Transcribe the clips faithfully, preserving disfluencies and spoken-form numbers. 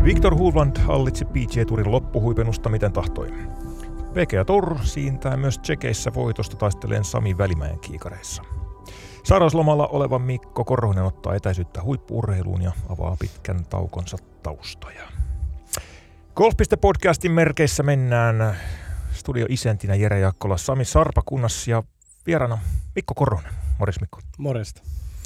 Victor Hovland hallitsi P G A-turin loppuhuipennusta miten tahtoi. P G A Tour siintää myös tsekeissä voitosta taisteleen Sami Välimäen kiikareissa. Sairauslomalla oleva Mikko Korhonen ottaa etäisyyttä huippu-urheiluun ja avaa pitkän taukonsa taustoja. Golf piste podcastin merkeissä mennään studio-isäntinä Jere Jaakkola, Sami Sarpakunnas ja vieraana Mikko Korhonen. Morjes Mikko. Morjesta.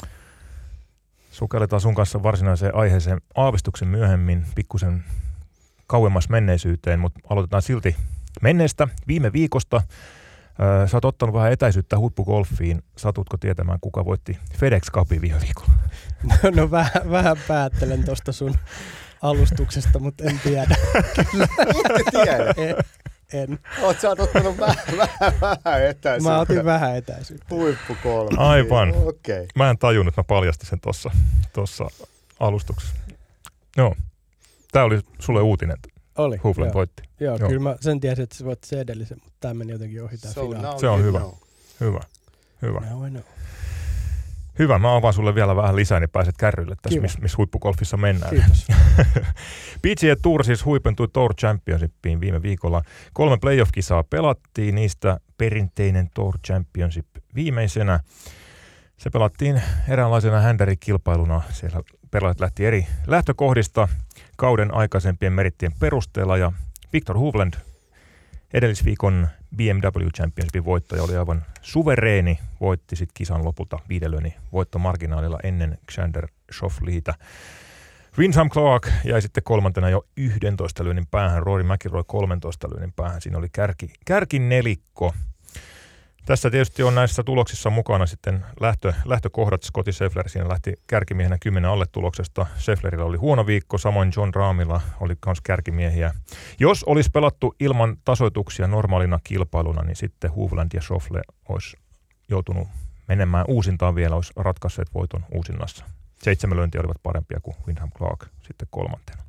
Sukelletaan sun kanssa varsinaiseen aiheeseen aavistuksen myöhemmin, pikkusen kauemmas menneisyyteen, mutta aloitetaan silti menneestä viime viikosta. Öö, sä oot ottanut vähän etäisyyttä huippugolfiin. Satutko tietämään, kuka voitti FedEx Cupin viime viikolla? No, no vähän, vähän päättelen tuosta sun alustuksesta, mutta en tiedä. Kyllä. Et tiedä? En. en. Oot sä oot ottanut vähän, vähän, vähän etäisyyttä. Mä otin vähän etäisyyttä. Huippukolme. Aivan. Okei. Okay. Mä en tajunnut, että mä paljastin sen tuossa tossa alustuksessa. Joo. Tää oli sulle uutinen. Oli. Hovland voitti. Joo, joo, kyllä mä sen tiesin, että sä voitti sen edellisen, mutta tää meni jotenkin ohi tää So finaali. Se on hyvä. Know. Hyvä. Hyvä. Now I know. Hyvä, mä avaan sulle vielä vähän lisää, niin pääset kärrylle tässä, missä mis huippugolfissa mennään. Kiitos. P G A Tour siis huipentui Tour Championshipiin viime viikolla. Kolme playoff-kisaa pelattiin, niistä perinteinen Tour Championship viimeisenä. Se pelattiin eräänlaisena händärikilpailuna. Siellä pelaajat lähti eri lähtökohdista kauden aikaisempien merittien perusteella ja Victor Hovland, edellisviikon B M W Championshipin voittaja, oli aivan suvereeni, voitti sitten kisan lopulta viidelöni voittomarginaalilla ennen Xander Schauffeleitä. Windham Clark jäi sitten kolmantena jo yhdentoista lyönnin päähän, Rory McIlroy kolmentoista lyönnin päähän. Siinä oli kärki, kärki nelikko. Tässä tietysti on näissä tuloksissa mukana sitten lähtö, lähtökohdat. Scottie Scheffler siinä lähti kärkimiehenä kymmenen alle tuloksesta. Schefflerillä oli huono viikko, samoin John Rahmilla oli myös kärkimiehiä. Jos olisi pelattu ilman tasoituksia normaalina kilpailuna, niin sitten Hovland ja Schauffele olisi joutunut menemään uusintaan vielä, olisi ratkaisseet voiton uusinnassa. Seitsemän lyöntiä olivat parempia kuin Windham Clark sitten kolmantena.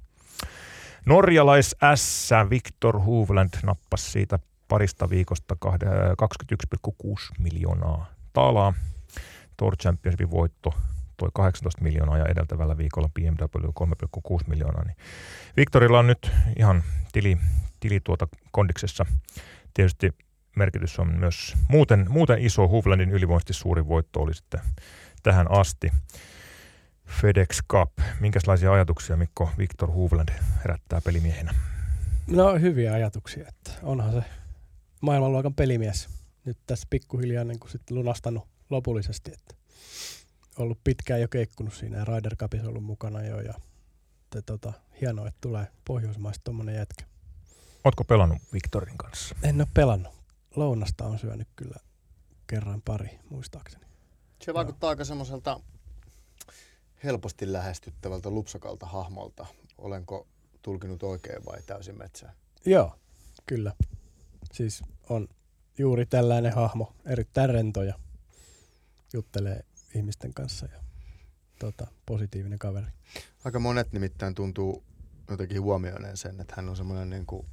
Norjalais-ässä Victor Hovland nappasi siitä parista viikosta kaksikymmentäyksi pilkku kuusi miljoonaa taalaa. Tour Championshipin voitto toi kahdeksantoista miljoonaa ja edeltävällä viikolla B M W kolme pilkku kuusi miljoonaa. Niin Victorilla on nyt ihan tili, tili tuota kondiksessa. Tietysti merkitys on myös muuten, muuten iso. Hovlandin ylivoimaisesti suurin voitto oli sitten tähän asti. FedEx Cup. Minkälaisia ajatuksia Mikko Victor Hovland herättää pelimiehenä? No hyviä ajatuksia, että onhan se maailmanluokan pelimies nyt tässä pikkuhiljaa niin kuin sitten lunastanut lopullisesti, että ollut pitkään jo keikkunut siinä ja Ryder Cupissa ollut mukana jo ja te, tota, hienoa, että tulee Pohjoismaista tommonen jätkä. Ootko pelannut Victorin kanssa? En ole pelannut. Lounasta on syönyt kyllä kerran pari, muistaakseni. Se vaikuttaa aika semmoiselta helposti lähestyttävältä lupsakalta hahmolta. Olenko tulkinut oikein vai täysin metsään? Joo, kyllä. Siis on juuri tällainen hahmo, erittäin rento ja juttelee ihmisten kanssa ja tota, positiivinen kaveri. Aika monet nimittäin tuntuu jotenkin huomioineen sen, että hän on semmoinen niin kuin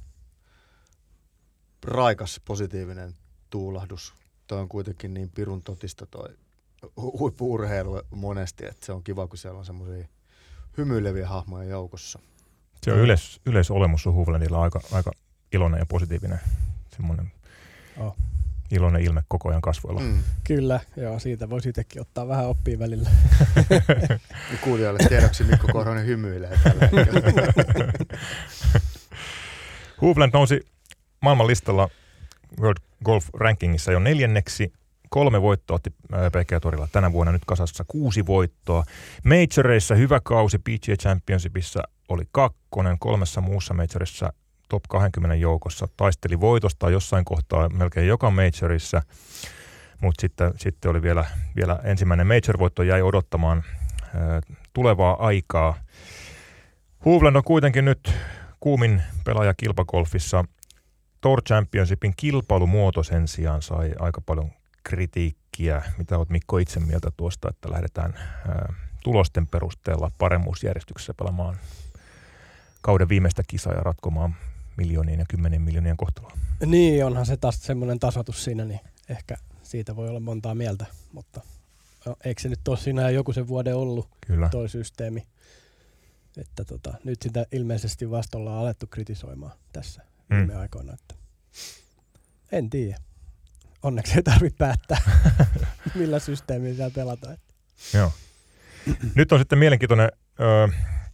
raikas, positiivinen tuulahdus. Toi on kuitenkin niin pirun totista toi huippu-urheilu monesti, että se on kiva, kun siellä on semmoisia hymyileviä hahmoja joukossa. Se on yleis, yleisolemus on Hovlandilla aika, aika iloinen ja positiivinen, semmoinen oh. iloinen ilme koko ajan kasvoilla. Mm. Kyllä, joo, siitä voisi itsekin ottaa vähän oppia välillä. Kuulijoille tiedoksi Mikko Korhonen hymyilee tällä hetkellä. Hovland nousi maailman listalla World Golf Rankingissa jo neljänneksi. Kolme voittoa otti P G A Tourilla tänä vuonna, nyt kasassa kuusi voittoa. Majoreissa hyvä kausi, P G A Championshipissa oli kakkonen, kolmessa muussa majorissa top kaksikymmentä joukossa. Taisteli voitosta jossain kohtaa melkein joka majorissa, mutta sitten, sitten oli vielä, vielä ensimmäinen major-voitto jäi odottamaan ää, tulevaa aikaa. Hovland on kuitenkin nyt kuumin pelaaja kilpagolfissa. Tour Championshipin kilpailumuoto sen sijaan sai aika paljon kritiikkiä. Mitä olet Mikko itse mieltä tuosta, että lähdetään ää, tulosten perusteella paremmuusjärjestyksessä pelaamaan kauden viimeistä kisaa ja ratkomaan miljoonien ja kymmenien miljoonien kohtaloa? Niin, onhan se taas semmoinen tasoitus siinä, niin ehkä siitä voi olla montaa mieltä, mutta no, eikö se nyt ole siinä joku sen vuoden ollut, Kyllä. toi systeemi. Että tota, nyt sitä ilmeisesti vasta ollaan alettu kritisoimaan tässä Mm. viime aikoina. Että en tiedä. Onneksi ei tarvitse päättää, millä systeemillä siellä pelataan. Joo. Nyt on sitten mielenkiintoinen ö,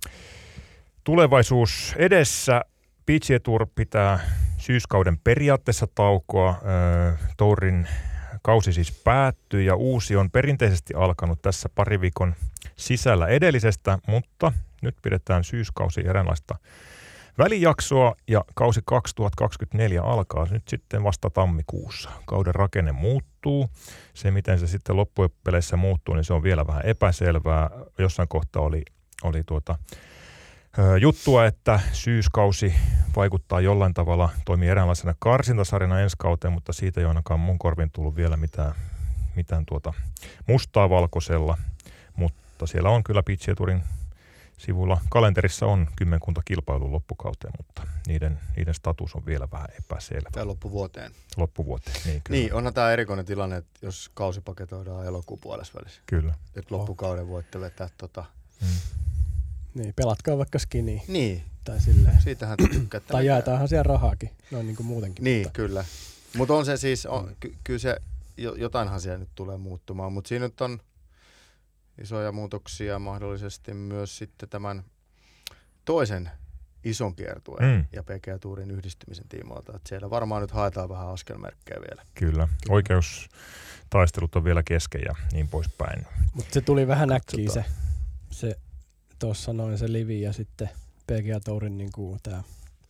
tulevaisuus edessä. P G A Tour pitää syyskauden periaatteessa taukoa. Ö, Tourin kausi siis päättyy ja uusi on perinteisesti alkanut tässä pari viikon sisällä edellisestä, mutta nyt pidetään syyskausi eräänlaista välijaksoa ja kausi kaksituhattakaksikymmentäneljä alkaa nyt sitten vasta tammikuussa. Kauden rakenne muuttuu. Se, miten se sitten loppupeleissä muuttuu, niin se on vielä vähän epäselvää. Jossain kohtaa oli, oli tuota, ö, juttua, että syyskausi vaikuttaa jollain tavalla, toimii eräänlaisena karsintasarjana ensi kauteen, mutta siitä ei ainakaan mun korviin tullut vielä mitään, mitään tuota mustaa valkoisella. Mutta siellä on kyllä P G A Tourin sivulla kalenterissa on kymmenkunta kilpailua loppukauteen, mutta niiden, niiden status on vielä vähän epäselvä. Tai loppuvuoteen. Loppuvuoteen, niin kyllä. Niin, onhan tämä erikoinen tilanne, että jos kausi paketoidaan elokuun puolessa välissä. Kyllä. Että loppukauden voitte vetää tota... Mm. Niin, pelatkaa vaikka skiniä. Niin, Tai silleen. siitähän tykkää. Tai jaetaanhan siellä rahaakin, noin niin kuin muutenkin. Niin, mutta. kyllä. Mutta on se siis, on, ky- kyllä se, jotainhan siellä nyt tulee muuttumaan, mutta siinä nyt on isoja muutoksia mahdollisesti myös sitten tämän toisen ison kiertueen Mm. ja P G A Tourin yhdistymisen tiimoilta. Et siellä varmaan nyt haetaan vähän askelmerkkejä vielä. Kyllä. Oikeustaistelut on vielä kesken ja niin poispäin. Mutta se tuli vähän äkkiä se, Katsotaan. se tuossa noin se livi ja sitten P G A Tourin niinku tää,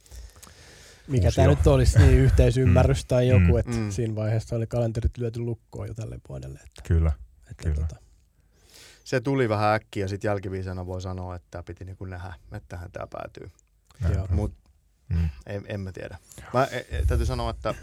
mikä Uusio. tämä nyt olisi, niin yhteisymmärrys Mm. tai joku, Mm. että Mm. siinä vaiheessa oli kalenterit lyöty lukkoon jo tälle vuodelle. Että, Kyllä. että Kyllä. Tota, Se tuli vähän äkkiä ja sitten jälkiviisana voi sanoa, että tämä piti niinku nähdä, että tähän tämä päätyy. Näin Joo. on. Mutta Mm. en, en mä tiedä. Mä e, e, täytyy sanoa, että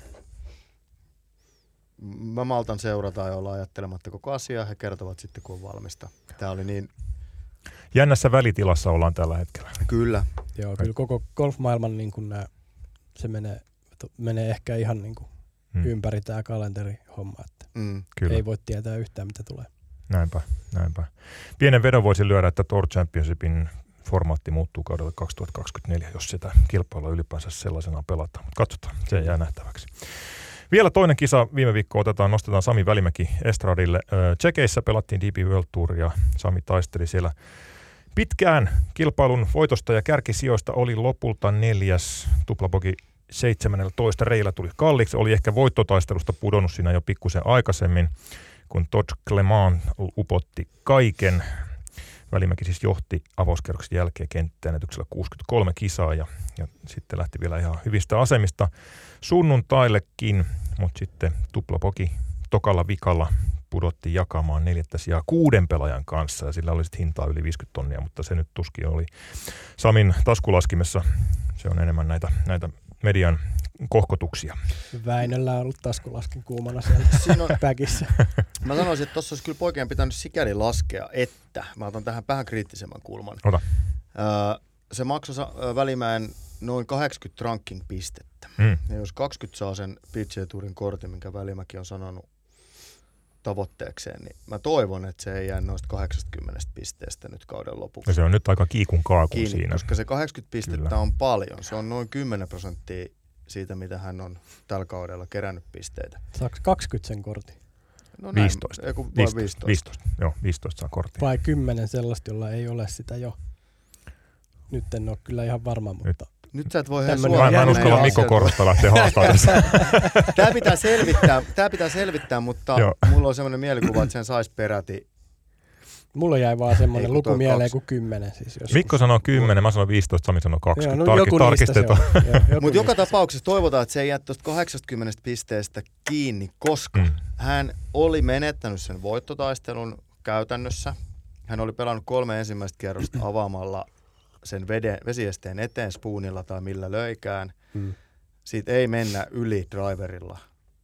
mä maltan seurata ja olla ajattelematta koko asiaa. He kertovat sitten, kun on valmista. Tämä oli niin... Jännässä välitilassa ollaan tällä hetkellä. Kyllä. joo, kyllä koko golfmaailman niin kun nää, se menee, to, menee ehkä ihan niin kuin Mm. ympäri tämä kalenterihomma, että Mm. Kyllä. ei voi tietää yhtään, mitä tulee. Näinpä, näinpä. Pienen vedon voisin lyödä, että Tour Championshipin formaatti muuttuu kaudella kaksituhattakaksikymmentäneljä, jos sitä kilpailua ylipäänsä sellaisenaan pelataan. Mutta katsotaan, se jää nähtäväksi. Vielä toinen kisa viime viikkoa otetaan, nostetaan Sami Välimäki estradille. Tsekeissä pelattiin D P World Tour ja Sami taisteli siellä pitkään. Kilpailun voitosta ja kärkisijoista oli lopulta neljäs, tuplabogi seitsemäntoista, reillä tuli kalliiksi. Oli ehkä voittotaistelusta pudonnut siinä jo pikkusen aikaisemmin, kun Todd Clement upotti kaiken. Välimäki siis johti avauskierroksen jälkeen kenttäännetyksellä kuusikymmentäkolme kisaa ja, ja sitten lähti vielä ihan hyvistä asemista sunnuntaillekin, mutta sitten tuplapoki tokalla vikalla pudotti jakamaan neljättä sijaa kuuden pelaajan kanssa ja sillä oli sitten hintaa yli viisikymmentä tonnia, mutta se nyt tuskin oli Samin taskulaskimessa. Se on enemmän näitä, näitä median kohkotuksia. Väinöllä on ollut taskulaskin kuumana siellä Siinä on, päkissä. mä sanoisin, että tuossa olisi kyllä poikien pitänyt sikäli laskea, että mä otan tähän vähän kriittisemmän kulman. Ota. Öö, se maksoi sa- ö, Välimäen noin kahdeksankymmentä ranking-pistettä. Mm. Ja jos kaksikymmentä saa sen P G A Tourin kortin, minkä Välimäki on sanonut tavoitteekseen, niin mä toivon, että se ei jää noista kahdeksankymmentä pisteestä nyt kauden lopuksi Ja se on nyt aika kiikun kaakun kiinni, siinä. koska se kahdeksankymmentä pistettä Kyllä. on paljon. Se on noin kymmenen prosenttia siitä, mitä hän on tällä kaudella kerännyt pisteitä. Saako kaksikymmentä sen kortin? No viisitoista. Joku vai viisitoista. viisitoista. viisitoista. Joo, viisitoista saa korttia. Vai kymmenen sellaista, jolla ei ole sitä jo? Nyt en ole kyllä ihan varma, mutta... Nyt sä et voi Tämmönen Mä en, mä en jännä uskalla asia. Mikko Korhosta lähteä haastamaan tässä. Tää pitää selvittää, tää pitää selvittää, mutta Joo. mulla on semmoinen mielikuva, että sen saisi peräti. Mulla jäi vaan Ei, semmoinen kun luku toi mieleen kaksi. kuin kymmenen. Siis joskus. Mikko sanoo kymmenen, mä sanon viisitoista, Sami sanoo kaksikymmentä. Joo, no, Tarki, joku niistä se tarkistetaan. on. Joo, joku Mutta joka niistä. tapauksessa toivotaan, että se ei jää tuosta kahdeksankymmentä pisteestä kiinni, koska Mm. hän oli menettänyt sen voittotaistelun käytännössä. Hän oli pelannut kolme ensimmäistä kierrosta avaamalla sen vede, vesiesteen eteen spoonilla tai millä löikään. Mm. Siitä ei mennä yli driverilla.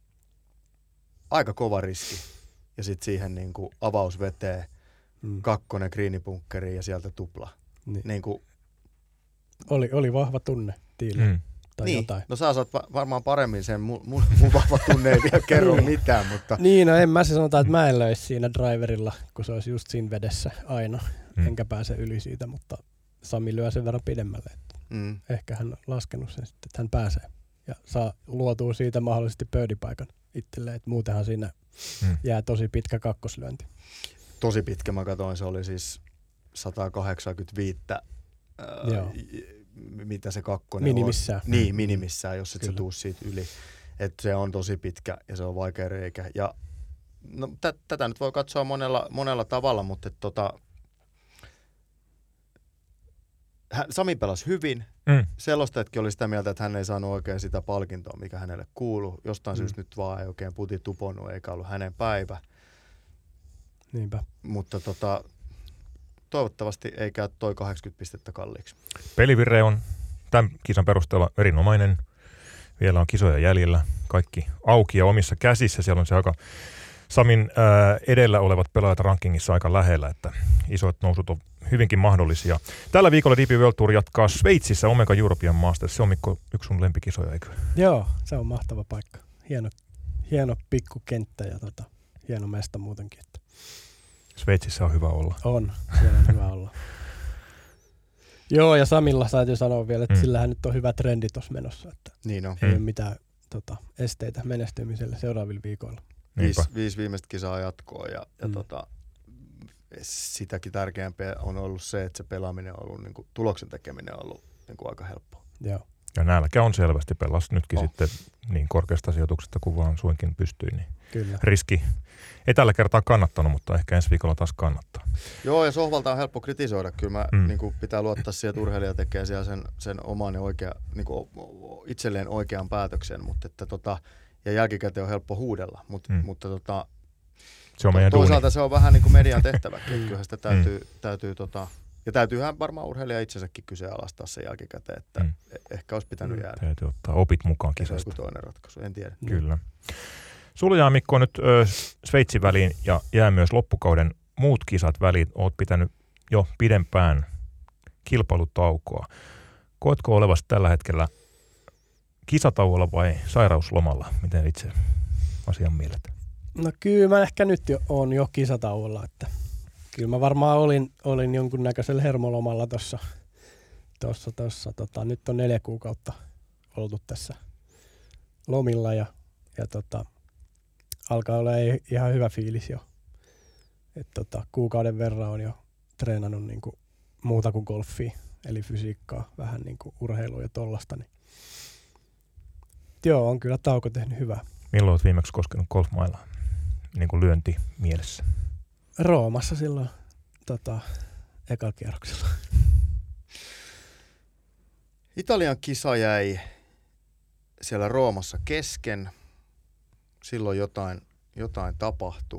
Aika kova riski. Ja sitten siihen niin kuin avaus veteen, Mm. kakkonen kriinipunkkeri ja sieltä tupla. Niin. Niin, kuin, Oli, oli vahva tunne tiille Mm. tai niin. jotain. No sä osaat va- varmaan paremmin sen, mun, mun, mun vahva tunne ei vielä kerro Niin. mitään, mutta Niin, no en mä se sanotaan, että mä en löisi siinä driverilla, kun se olisi just siinä vedessä aina. Mm. Enkä pääse yli siitä, mutta Sami lyö sen verran pidemmälle. Että Mm. ehkä hän on laskenut sen sitten, että hän pääsee. Ja saa luotua siitä mahdollisesti birdie-paikan itselleen. Että muutenhan siinä mm. jää tosi pitkä kakkoslyönti. Tosi pitkä, mä katsoin, se oli siis sata kahdeksankymmentäviisi, ää, mitä se kakkonen minimissään. on. Niin, minimissään, jos et Kyllä. sä tuu siitä yli. Että se on tosi pitkä ja se on vaikea reikä. Ja no, t- tätä nyt voi katsoa monella, monella tavalla, mutta et, tota, hän, Sami pelasi hyvin. Mm. Selostajatkin oli sitä mieltä, että hän ei saanut oikein sitä palkintoa, mikä hänelle kuului. Jostain mm. syystä nyt vaan ei oikein puti tuponnut, eikä ollut hänen päivä. Niinpä. Mutta tota, toivottavasti ei käy toi kahdeksankymmentä pistettä kalliiksi. Pelivire on tämän kisan perusteella erinomainen. Vielä on kisoja jäljellä. Kaikki auki ja omissa käsissä. Siellä on se aika Samin ää, edellä olevat pelaajat rankingissa aika lähellä, että isot nousut on hyvinkin mahdollisia. Tällä viikolla D P World Tour jatkaa Sveitsissä Omega European Masters. Se on, Mikko, yksi sun lempikisoja, eikö? Joo, se on mahtava paikka. Hieno, hieno pikkukenttä ja tota, hieno mesta muutenkin. Että Sveitsissä on hyvä olla. on, siellä on hyvä olla. Joo, ja Samilla täytyy sanoa vielä, että mm. sillähän nyt on hyvä trendi tuossa menossa. Että Niin on. ei Mm. ole mitään tota, esteitä menestymiselle seuraavilla viikoilla. Viisi, Niinpä. viisi viimeistä kisaa jatkoa ja, ja Mm. tota, sitäkin tärkeämpää on ollut se, että se pelaaminen on ollut, niin kuin, tuloksen tekeminen on ollut niin kuin aika helppoa. Joo. Ja nälkä on selvästi pelasi nytkin Oh. sitten niin korkeasta sijoituksesta kuin vaan suinkin pystyy. Niin Kyllä. riski ei tällä kertaa kannattanut, mutta ehkä ensi viikolla taas kannattaa. Joo, ja sohvalta on helppo kritisoida. Kyllä mä, Mm. niin kuin, pitää luottaa siihen, että urheilija tekee siellä sen, sen oman ja oikea, niin kuin, itselleen oikean päätöksen, mutta että, tota, ja jälkikäteen on helppo huudella, Mut, Mm. mutta tota, Se on meidän toisaalta duuni. se on vähän niin kuin median tehtäväkin. Kyllähän sitä täytyy, mm. täytyy tota, ja täytyyhän varmaan urheilija itsensäkin kyseenalaistaa sen jälkikäteen, että Mm. ehkä olisi pitänyt jäädä. Täytyy ottaa opit mukaan Se on joku kisasta. toinen ratkaisu, en tiedä. Kyllä. Sulla jää, Mikko, nyt ö, Sveitsin väliin ja jää myös loppukauden muut kisat väliin. Oot pitänyt jo pidempään kilpailutaukoa. Koetko olevasi tällä hetkellä kisatauolla vai sairauslomalla? Miten itse asian mielet? No kyllä mä ehkä nyt jo on jo kisatauolla, että kyllä mä varmaan olin, olin jonkunnäköisellä hermolomalla tuossa. Tossa, tossa, tota, nyt on neljä kuukautta oltu tässä lomilla ja, ja tota, alkaa olla ihan hyvä fiilis jo. Et tota, kuukauden verran on jo treenannut niinku muuta kuin golfia, eli fysiikkaa, vähän niinku urheilua ja tollasta. Niin. Joo, on kyllä tauko tehnyt hyvää. Milloin olet viimeksi koskenut golfmailaa? Niin kuin lyönti mielessä. Roomassa silloin tota, ekalla kierroksella. Italian kisa jäi siellä Roomassa kesken. Silloin jotain, jotain tapahtui.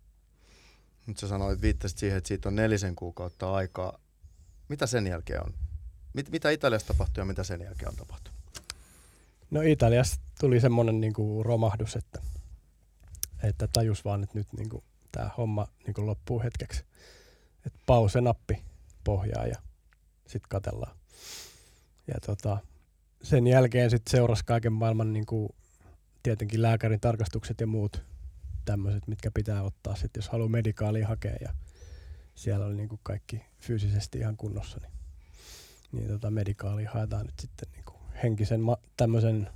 Nyt sä sanoit, viittasit siihen, että siitä on nelisen kuukautta aikaa. Mitä sen jälkeen on? Mit, mitä Italiassa tapahtui ja mitä sen jälkeen on tapahtunut? No Italiassa tuli semmoinen niinku romahdus, että, että tajus vaan, että nyt niinku tämä homma niinku loppuu hetkeksi. Että pause-nappi pohjaa ja sitten katsellaan. Ja tota, sen jälkeen sitten seurasi kaiken maailman niinku, tietenkin lääkärin tarkastukset ja muut tämmöiset, mitkä pitää ottaa sitten, jos haluaa medikaalia hakea. Ja siellä oli niinku kaikki fyysisesti ihan kunnossa. Niin, niin tota medikaalia haetaan nyt sitten niinku henkisen ma- tämmöisen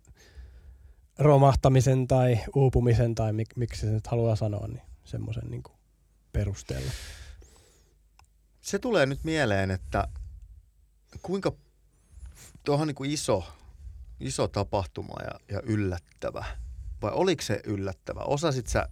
romahtamisen tai uupumisen tai mik- miksi se nyt haluaa sanoa, niin semmoisen niinku perusteella. Se tulee nyt mieleen, että kuinka tuohon on niin kuin iso, iso tapahtuma ja, ja yllättävä. Vai oliko se yllättävä? Osasit sä,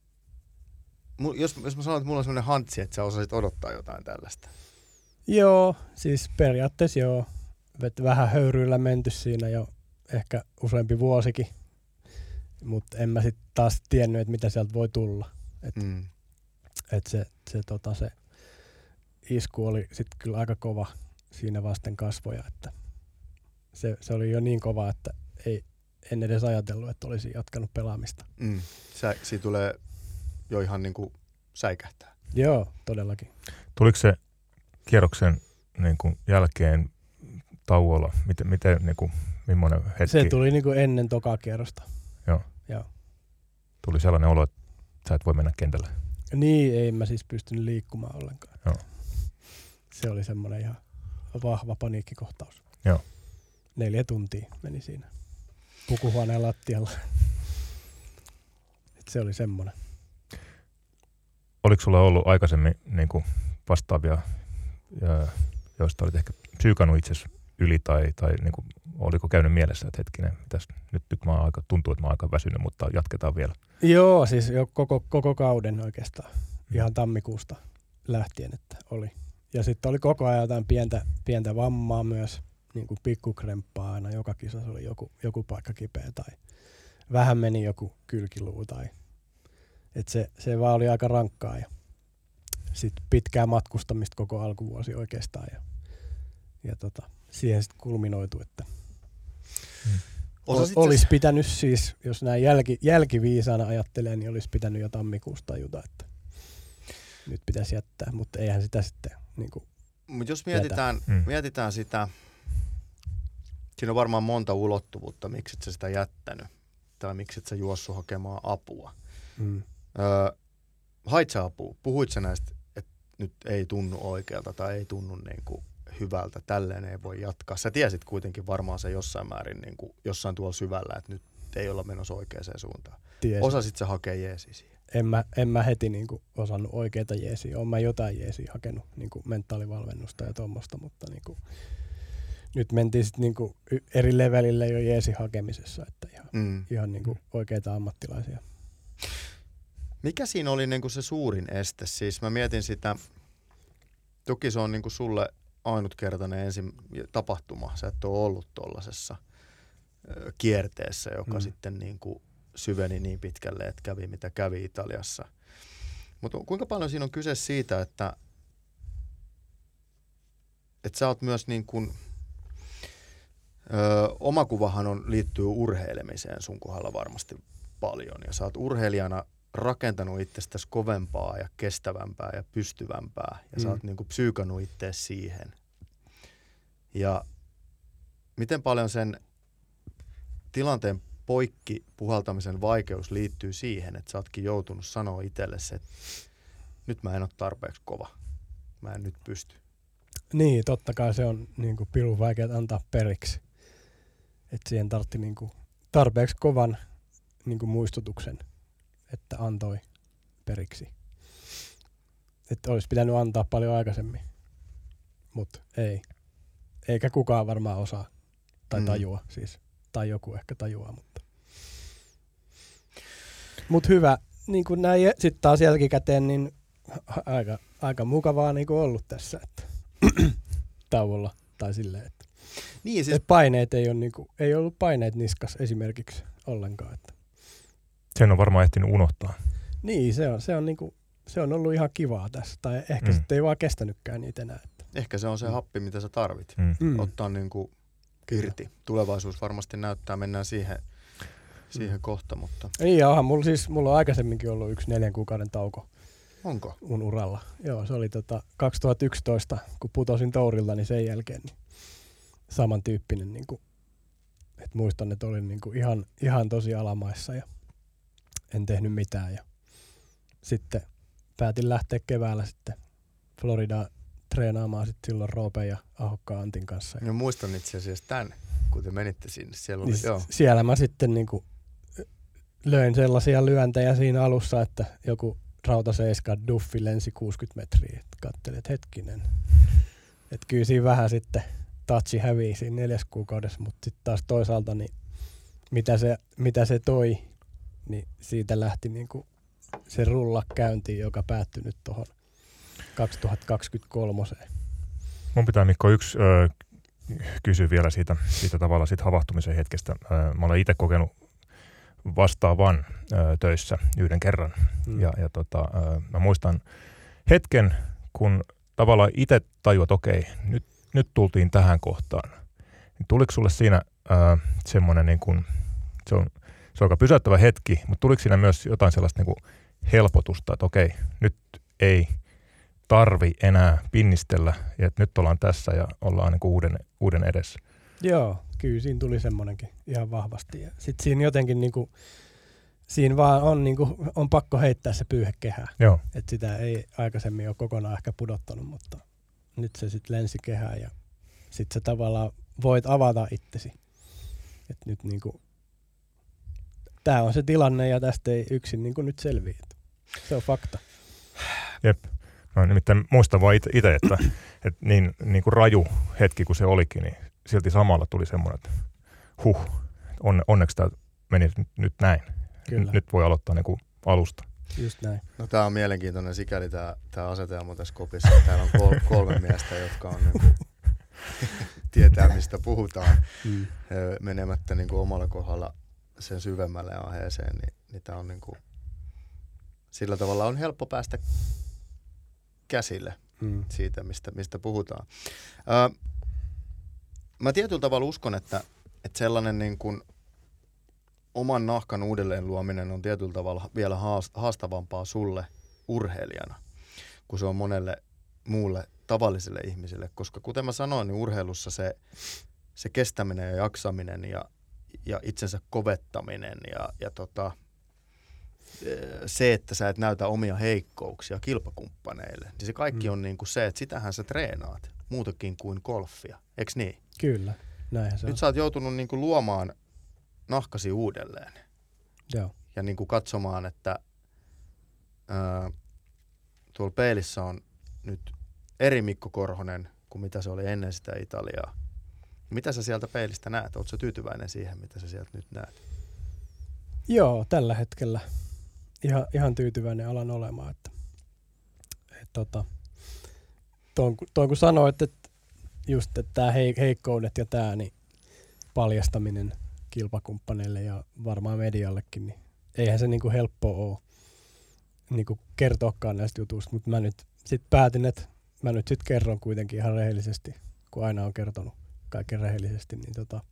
jos, jos mä sanon, että mulla on semmoinen hantsi, että sä osasit odottaa jotain tällaista. Joo, siis periaatteessa joo. Vähän höyryillä menty siinä jo ehkä useampi vuosikin, mutta en mä sitten taas tiennyt, että mitä sieltä voi tulla. Että Mm. et se, se, tota, se isku oli sitten kyllä aika kova siinä vasten kasvoja, että se, se oli jo niin kova, että ei, en edes ajatellut, että olisin jatkanut pelaamista. Mm. Sä, siitä tulee jo ihan niin kuin säikähtää. Joo, todellakin. Tuliko se kierroksen niin kuin jälkeen tauolla? Miten, miten niin kuin, millainen hetki? Se tuli niinku ennen tokaa kierrosta. Joo. Joo. Tuli sellainen olo, että sä et voi mennä kentälle. Niin, ei mä siis pystynyt liikkumaan ollenkaan. Joo. Se oli semmoinen ihan vahva paniikkikohtaus. Joo. Neljä tuntia meni siinä pukuhuoneen lattialla. Et se oli semmoinen. Oliko sulla ollut aikaisemmin niin kuin vastaavia, joista olit ehkä psyykannut itsesi yli tai, tai niin kuin, oliko käynyt mielessä, että hetkinen, mitäs, nyt, nyt mä aika, tuntuu, että mä oon aika väsynyt, mutta jatketaan vielä? Joo, siis jo koko, koko kauden oikeastaan, mm. ihan tammikuusta lähtien, että oli. Ja sitten oli koko ajan jotain pientä, pientä vammaa myös, niin kuin pikkukremppaa aina, joka kisassa oli joku, joku paikka kipeä tai vähän meni joku kylkiluu tai että se, se vaan oli aika rankkaa ja sitten pitkää matkustamista koko alkuvuosi oikeastaan ja, ja tota, siihen sitten kulminoitu, että hmm. Ol, olisi pitänyt siis, jos näin jälki, jälkiviisaana ajattelee, niin olisi pitänyt jo tammikuusta tajuta, että nyt pitäisi jättää, mutta eihän sitä sitten niin kuin Mutta jos mietitään, hmm. mietitään sitä, siinä on varmaan monta ulottuvuutta, miksi et sä sitä jättänyt tai miksi et sä juossut hakemaan apua. Hmm. Öö, hait sä apua? Puhuit sä näistä, että nyt ei tunnu oikealta tai ei tunnu niin kuin hyvältä, tälleen ei voi jatkaa. Sä tiesit kuitenkin varmaan se jossain määrin, niin kuin jossain tuolla syvällä, että nyt ei olla menossa oikeaan suuntaan. Tiesin. Osasit sä hakea jeesiä siihen? En mä, en mä heti niin kuin osannut oikeita jeesiä. Oon mä jotain jeesiä hakenut, niin kuin mentaalivalmennusta ja tuommoista, mutta niin kuin nyt mentiin sitten niin kuin eri levelille jo jeesin hakemisessa, että ihan, mm. ihan niin kuin oikeita ammattilaisia. Mikä siinä oli niinku se suurin este? Siis mä mietin sitä, toki se on niinku sulle ainutkertainen ensin tapahtuma. Sä et ole ollut tollasessa ö, kierteessä, joka mm. sitten niinku syveni niin pitkälle, että kävi mitä kävi Italiassa. Mutta kuinka paljon siinä on kyse siitä, että, että sä oot myös niin kuin, ö, omakuvahan on, liittyy urheilemiseen sun kohdalla varmasti paljon. Ja sä oot urheilijana rakentanut itsestäsi kovempaa ja kestävämpää ja pystyvämpää. Ja mm. sä oot niinku psyykannut itseäsi siihen. Ja miten paljon sen tilanteen poikki puhaltamisen vaikeus liittyy siihen, että sä ootkin joutunut sanoa itsellesi, että nyt mä en ole tarpeeksi kova. Mä en nyt pysty. Niin, totta kai se on niinku pirun vaikea antaa periksi. Että siihen tartti niinku tarpeeksi kovan niinku muistutuksen, että antoi periksi. Että olisi pitänyt antaa paljon aikaisemmin, mutta ei. Eikä kukaan varmaan osaa tai mm. tajua siis. Tai joku ehkä tajuaa, mutta mut hyvä. Niin kuin näin sitten taas jälkikäteen, niin aika, aika mukavaa niin kuin ollut tässä, että tauolla tai silleen, että niin, siis et paineet ei, ole, niin kuin, ei ollut paineet niskas esimerkiksi ollenkaan. Että sen on varmaan ehtinyt unohtaa. Niin, se on, se on, niin kuin, se on ollut ihan kivaa tässä. Tai ehkä mm. sitten ei vaan kestänytkään niitä enää. Että ehkä se on se mm. happi, mitä sä tarvit. Mm. Ottaa niin kuin irti. Tulevaisuus varmasti näyttää, mennään siihen, siihen mm. kohta, mutta niin ja onhan mulla siis, mulla on aikaisemminkin ollut yksi neljän kuukauden tauko. Onko? Mun uralla. Joo, se oli tota kaksituhattayksitoista, kun putosin tourilta, niin sen jälkeen niin samantyyppinen, niin kuin, että muistan, että olin niin kuin ihan, ihan tosi alamaissa ja en tehnyt mitään. Ja sitten päätin lähteä keväällä sitten Floridaan treenaamaan sitten silloin Roopen ja Ahokkaan Antin kanssa. No muistan itse asiassa tämän, kun te menitte sinne. Siellä, oli, niin joo. siellä mä sitten niin kuin löin sellaisia lyöntejä siinä alussa, että joku rautaseiska duffi lensi kuusikymmentä metriä. Et katselin, että hetkinen. Että kyllä siinä vähän sitten touchi hävii siinä neljäs kuukaudessa, mutta sitten taas toisaalta niin mitä se, mitä se toi, niin siitä lähti niin kuin se rulla käyntiin, joka päättyi nyt tuohon kaksituhattakaksikymmentäkolme. Mun pitää Mikko yksi ö, kysyä vielä siitä, siitä tavalla siitä havahtumisen hetkestä. Ö, mä olen itse kokenut vastaavan ö, töissä yhden kerran. Mm. Ja, ja tota, ö, mä muistan hetken, kun tavallaan itse tajuat, että okei, nyt, nyt tultiin tähän kohtaan. Niin tuliko sulle siinä ö, semmoinen, niin kuin, se, on, se on aika pysäyttävä hetki, mutta tuliko siinä myös jotain sellaista niin kuin helpotusta, että okei, nyt ei tarvi enää pinnistellä, ja että nyt ollaan tässä ja ollaan niin kuin uuden, uuden edessä. Joo, kyllä siinä tuli semmoinenkin ihan vahvasti. Ja sitten siinä jotenkin niin kuin, siinä vaan on, niin kuin, on pakko heittää se pyyhe kehään. Joo. Että sitä ei aikaisemmin ole kokonaan ehkä pudottanut, mutta nyt se sitten lensi kehään ja sit sä tavallaan voit avata itsesi. Et nyt niinku, tää on se tilanne ja tästä ei yksin niinku nyt selviä. Se on fakta. Jep. No nimittäin muistan vaan itse, että, että niin, niin kuin raju hetki kuin se olikin, niin silti samalla tuli semmoinen, että huh, on, onneksi tämä meni nyt, nyt näin. Kyllä. Nyt voi aloittaa niin kuin alusta. Just näin. No tää on mielenkiintoinen sikäli tää, tää asetelma tässä kopissa. Täällä on kol, kolme miestä, jotka on niinku, tietää mistä puhutaan mm. menemättä niinku omalla kohdalla sen syvemmälle aiheeseen, niin, niin tää on niinku, sillä tavalla on helppo päästä käsille mm. siitä, mistä, mistä puhutaan. Ö, mä tietyllä tavalla uskon, että, että sellainen niin kuin oman nahkan uudelleen luominen on tietyllä tavalla vielä haastavampaa sulle urheilijana, kuin se on monelle muulle tavalliselle ihmiselle. Koska kuten mä sanoin, niin urheilussa se, se kestäminen ja jaksaminen ja, ja itsensä kovettaminen ja, ja tota, se, että sä et näytä omia heikkouksia kilpakumppaneille, niin se kaikki mm. on niin kuin se, että sitähän sä treenaat muutakin kuin golfia, eikö niin? Kyllä, näinhän se Nyt on. sä oot joutunut niin kuin luomaan nahkasi uudelleen. Joo. Ja niin kuin katsomaan, että ää, tuolla peilissä on nyt eri Mikko Korhonen kuin mitä se oli ennen sitä Italiaa. Mitä sä sieltä peilistä näet? Ootko sä tyytyväinen siihen, mitä sä sieltä nyt näet? Joo, tällä hetkellä ihan, ihan tyytyväinen alan olemaan. Että, et, tota, tuon, tuon kun sanoit, että just että tämä heikkoudet ja tämä niin paljastaminen kilpakumppaneille ja varmaan mediallekin, niin eihän se niinku helppoa ole niinku kertoakaan näistä jutuista, mutta mä nyt sitten päätin, että mä nyt sitten kerron kuitenkin ihan rehellisesti, kun aina on kertonut kaiken rehellisesti, niin tota,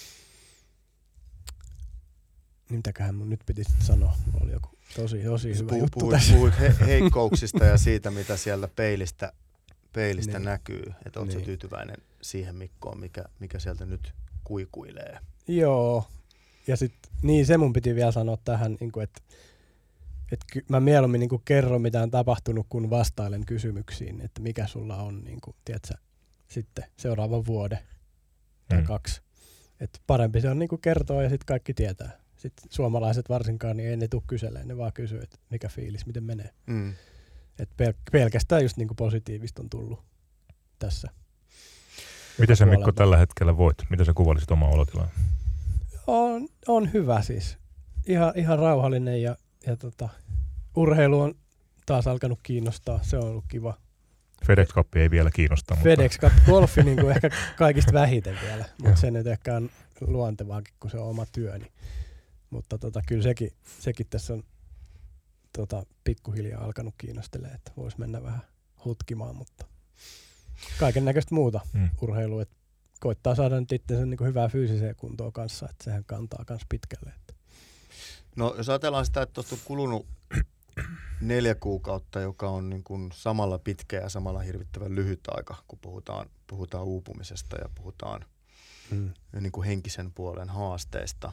niin mitäköhän mun nyt piti sitten sanoa, mulla oli joku tosi, tosi hyvä puhut, juttu puhut, tässä. Puhut he, heikkouksista ja siitä, mitä siellä peilistä, peilistä niin. näkyy, että ootko niin. sä tyytyväinen siihen Mikkoon, mikä, mikä sieltä nyt kuikuilee? Joo, ja sitten niin se mun piti vielä sanoa tähän, niin että et mä mieluummin niin kerron mitä on tapahtunut, kun vastailen kysymyksiin, että mikä sulla on niin kuin, tiedätkö, sitten seuraavan vuoden tai mm. kaksi. Et parempi se on niin kertoa ja sitten kaikki tietää. Sitten suomalaiset varsinkaan, niin ei ne tule kyselemään, ne vaan kysyy, että mikä fiilis, miten menee. Mm. Et pel- pelkästään just niin positiivista on tullut tässä. Miten sä Mikko tällä hetkellä voit? Miten sä kuvailisit omaa olotilaa? On, on hyvä siis. Ihan, ihan rauhallinen ja, ja tota, urheilu on taas alkanut kiinnostaa. Se on ollut kiva. FedEx Cup ei vielä kiinnosta. FedEx Cup, golfi niin kuin ehkä kaikista vähiten vielä, mutta se nyt ehkä on luontevaakin, kun se on oma työ. Niin. Mutta tota, kyllä sekin, sekin tässä on tota, pikkuhiljaa alkanut kiinnostelemaan, että voisi mennä vähän hutkimaan, mutta kaiken näköistä muuta mm. urheilua, että koittaa saada nyt itsensä niin kuin hyvää fyysiseen kuntoon kanssa, että sehän kantaa myös pitkälle. Että. No jos ajatellaan sitä, että tuosta on kulunut neljä kuukautta, joka on niin kuin samalla pitkä ja samalla hirvittävän lyhyt aika, kun puhutaan, puhutaan uupumisesta ja puhutaan mm. niin kuin henkisen puolen haasteista.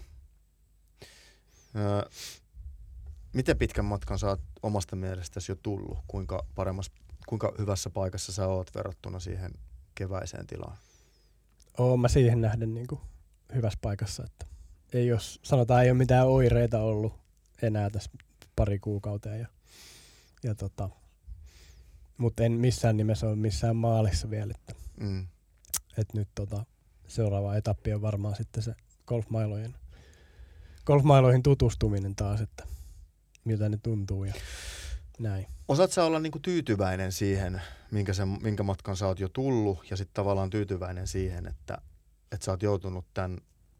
Öö, miten pitkän matkan sä oot omasta mielestäsi jo tullut? Kuinka, paremmassa, kuinka hyvässä paikassa sä oot verrattuna siihen keväiseen tilaan? Oon mä siihen nähden niin kuin hyvässä paikassa, että ei jos, sanotaan, ei ole mitään oireita ollut enää tässä pari kuukauteen. Ja, ja tota, mutta en missään nimessä ole missään maalissa vielä. Että, mm. et nyt tota, seuraava etappi on varmaan sitten se golfmailojen, golfmailoihin tutustuminen taas, että miltä ne tuntuu ja näin. Osaat sä olla niinku tyytyväinen siihen, minkä, sen, minkä matkan sä oot jo tullut, ja sitten tavallaan tyytyväinen siihen, että, että sä oot joutunut tämän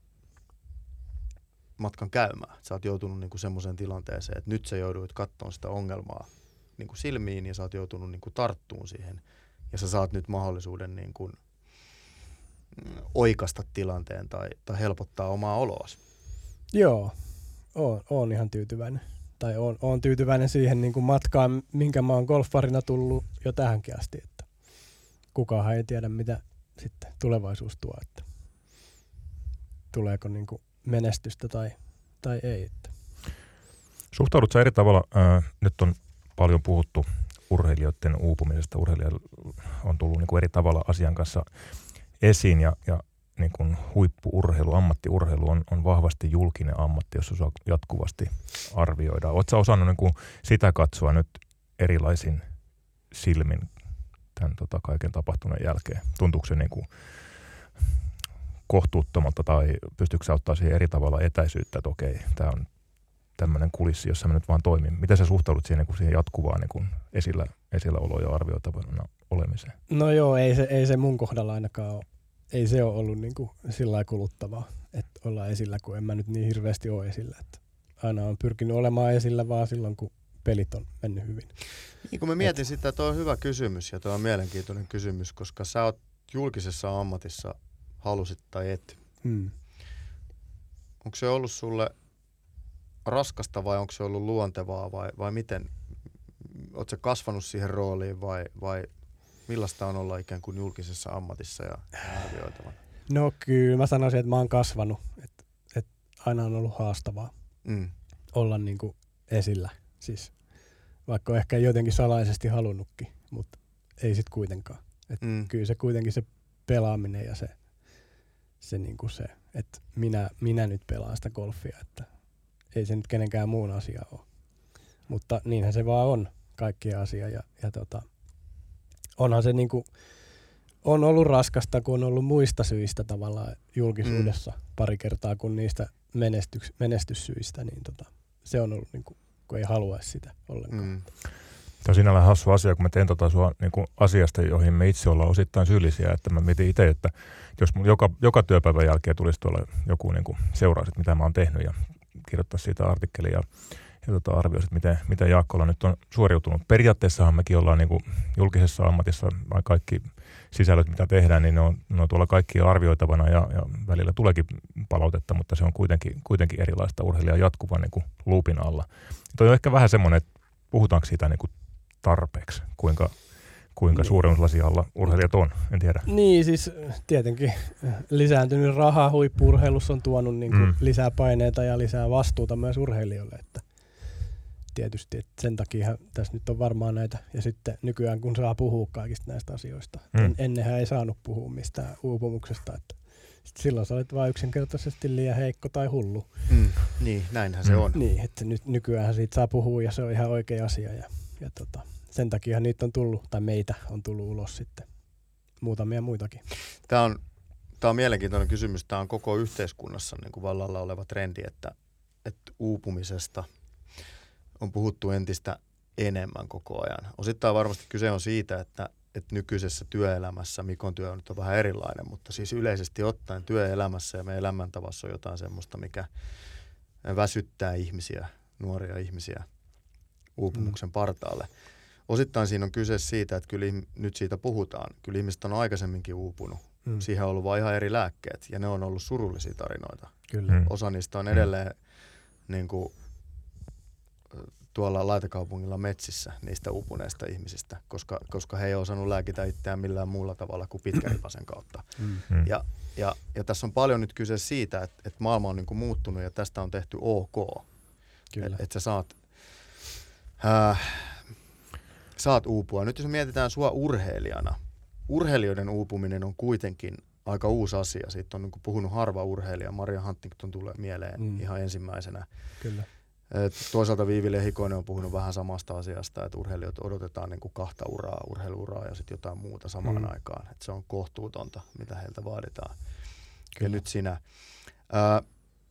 matkan käymään. Sä oot joutunut niinku semmoiseen tilanteeseen, että nyt sä jouduit katsomaan sitä ongelmaa niinku silmiin, ja sä oot joutunut niinku tarttumaan siihen, ja sä saat nyt mahdollisuuden niinku oikasta tilanteen tai, tai helpottaa omaa oloasi. Joo, oon, oon ihan tyytyväinen. Tai oon, oon tyytyväinen siihen niin kuin matkaan, minkä mä oon golffarina tullut jo tähänkin asti. Että kukaan ei tiedä, mitä sitten tulevaisuus tuo. Että tuleeko niin kuin menestystä tai, tai ei. Että. Suhtaudut sä eri tavalla, äh, nyt on paljon puhuttu urheilijoiden uupumisesta, urheilijat on tullut niin kuin eri tavalla asian kanssa esiin ja, ja niin kuin huippu-urheilu, ammattiurheilu on, on vahvasti julkinen ammatti, jossa saa jatkuvasti arvioidaan. Oletko sä osannut niin kuin sitä katsoa nyt erilaisin silmin tämän tota, kaiken tapahtuneen jälkeen? Tuntuuko se niin kuin kohtuuttomalta tai pystyykö sä ottaa siihen eri tavalla etäisyyttä, että okei, tämä on tämmöinen kulissi, jossa mä nyt vaan toimin. Miten sä suhtaudut siihen, niin kuin siihen jatkuvaan niin kuin esillä, esilläolo ja arvioitavana olemiseen? No joo, ei se, ei se mun kohdalla ainakaan ole. Ei se ole ollut niin kuin sillä lailla kuluttavaa, että ollaan esillä, kun en mä nyt niin hirveästi ole esillä. Että aina on pyrkinyt olemaan esillä vaan silloin, kun pelit on mennyt hyvin. Niin kun mä mietin et... sitä, että tuo on hyvä kysymys ja tuo on mielenkiintoinen kysymys, koska sä oot julkisessa ammatissa, halusit tai et. Hmm. Onko se ollut sulle raskasta vai onko se ollut luontevaa vai, vai miten? Oletko sä kasvanut siihen rooliin vai, vai millaista on olla ikään kuin julkisessa ammatissa ja arvioitavana? No kyllä, mä sanoisin, että mä oon kasvanut. Että et aina on ollut haastavaa Mm. olla niin kuin esillä. Siis, vaikka on ehkä jotenkin salaisesti halunnutkin, mutta ei sit kuitenkaan. Et Mm. Kyllä se kuitenkin se pelaaminen ja se, se, niin kuin se että minä, minä nyt pelaan sitä golfia. Että ei se nyt kenenkään muun asia ole. Mutta niinhän se vaan on kaikkien asia. Ja, ja tota, onhan se niinku, on ollut raskasta, kun on ollut muista syistä tavallaan julkisuudessa mm. pari kertaa kuin niistä menestyks, menestyssyistä, niin tota, se on ollut niinku, kun ei haluaisi sitä ollenkaan. Mm. Tämä on sinällään hassu asia, kun mä teen tota sua niin kuin asiasta, joihin me itse ollaan osittain syyllisiä, että mä mietin itse, että jos mun joka, joka työpäivän jälkeen tulisi tuolla joku niin kuin seuraisit, mitä mä oon tehnyt ja kirjoittaisi siitä artikkelia ja, ja tota arvioisit, miten, miten Jaakkola nyt on suoriutunut. Periaatteessahan mekin ollaan niin kuin julkisessa ammatissa, kaikki sisällöt, mitä tehdään, niin ne on, ne on tuolla kaikki arvioitavana ja, ja välillä tuleekin palautetta, mutta se on kuitenkin, kuitenkin erilaista urheilijaa jatkuvan niin kuin loopin alla. Toi on ehkä vähän semmoinen, että puhutaanko siitä niin kuin tarpeeksi, kuinka, kuinka niin. suurennuslasialla urheilijat on, en tiedä. Niin, siis tietenkin lisääntynyt raha huippu-urheilussa on tuonut niin kuin mm. lisää paineita ja lisää vastuuta myös urheilijoille, että tietysti että sen takia tässä nyt on varmaan näitä, ja sitten nykyään kun saa puhua kaikista näistä asioista, mm. en, ennenhän ei saanut puhua mistään uupumuksesta, että silloin sä olet vain yksinkertaisesti liian heikko tai hullu. Mm. Niin, näinhän se on. Niin, että nyt nykyään siitä saa puhua ja se on ihan oikea asia ja Ja tota, sen takia niitä on tullut, tai meitä on tullut ulos sitten muutamia muitakin. Tämä on, tämä on mielenkiintoinen kysymys. Tämä on koko yhteiskunnassa niin kuin vallalla oleva trendi, että, että uupumisesta on puhuttu entistä enemmän koko ajan. Osittain varmasti kyse on siitä, että, että nykyisessä työelämässä, Mikon työ on nyt on vähän erilainen, mutta siis yleisesti ottaen työelämässä ja meidän elämäntavassa on jotain semmoista, mikä väsyttää ihmisiä, nuoria ihmisiä uupumuksen mm. partaalle. Osittain siinä on kyse siitä, että kyllä nyt siitä puhutaan. Kyllä ihmiset on aikaisemminkin uupunut. Mm. Siihen on ollut vain ihan eri lääkkeet ja ne on ollut surullisia tarinoita. Kyllä. Mm. Osa niistä on edelleen mm. niin kuin, tuolla laitakaupungilla metsissä niistä uupuneista ihmisistä, koska, koska he ei ole osannut lääkitä itseään millään muulla tavalla kuin pitkäripasen kautta. Mm. Ja, ja, ja tässä on paljon nyt kyse siitä, että, että maailma on niin kuin muuttunut ja tästä on tehty ok. Että et sä saat Äh, saat uupua. Nyt jos mietitään sua urheilijana, urheilijoiden uupuminen on kuitenkin aika uusi asia. Siitä on niin kuin puhunut harva urheilija. Maria Huntington tulee mieleen mm. ihan ensimmäisenä. Kyllä. Et toisaalta Viivi Lehikoinen on puhunut vähän samasta asiasta, että urheilijat odotetaan niin kuin kahta uraa, urheiluuraa ja sitten jotain muuta samaan mm. aikaan. Et se on kohtuutonta, mitä heiltä vaaditaan. Kyllä. Ja nyt sinä. Äh,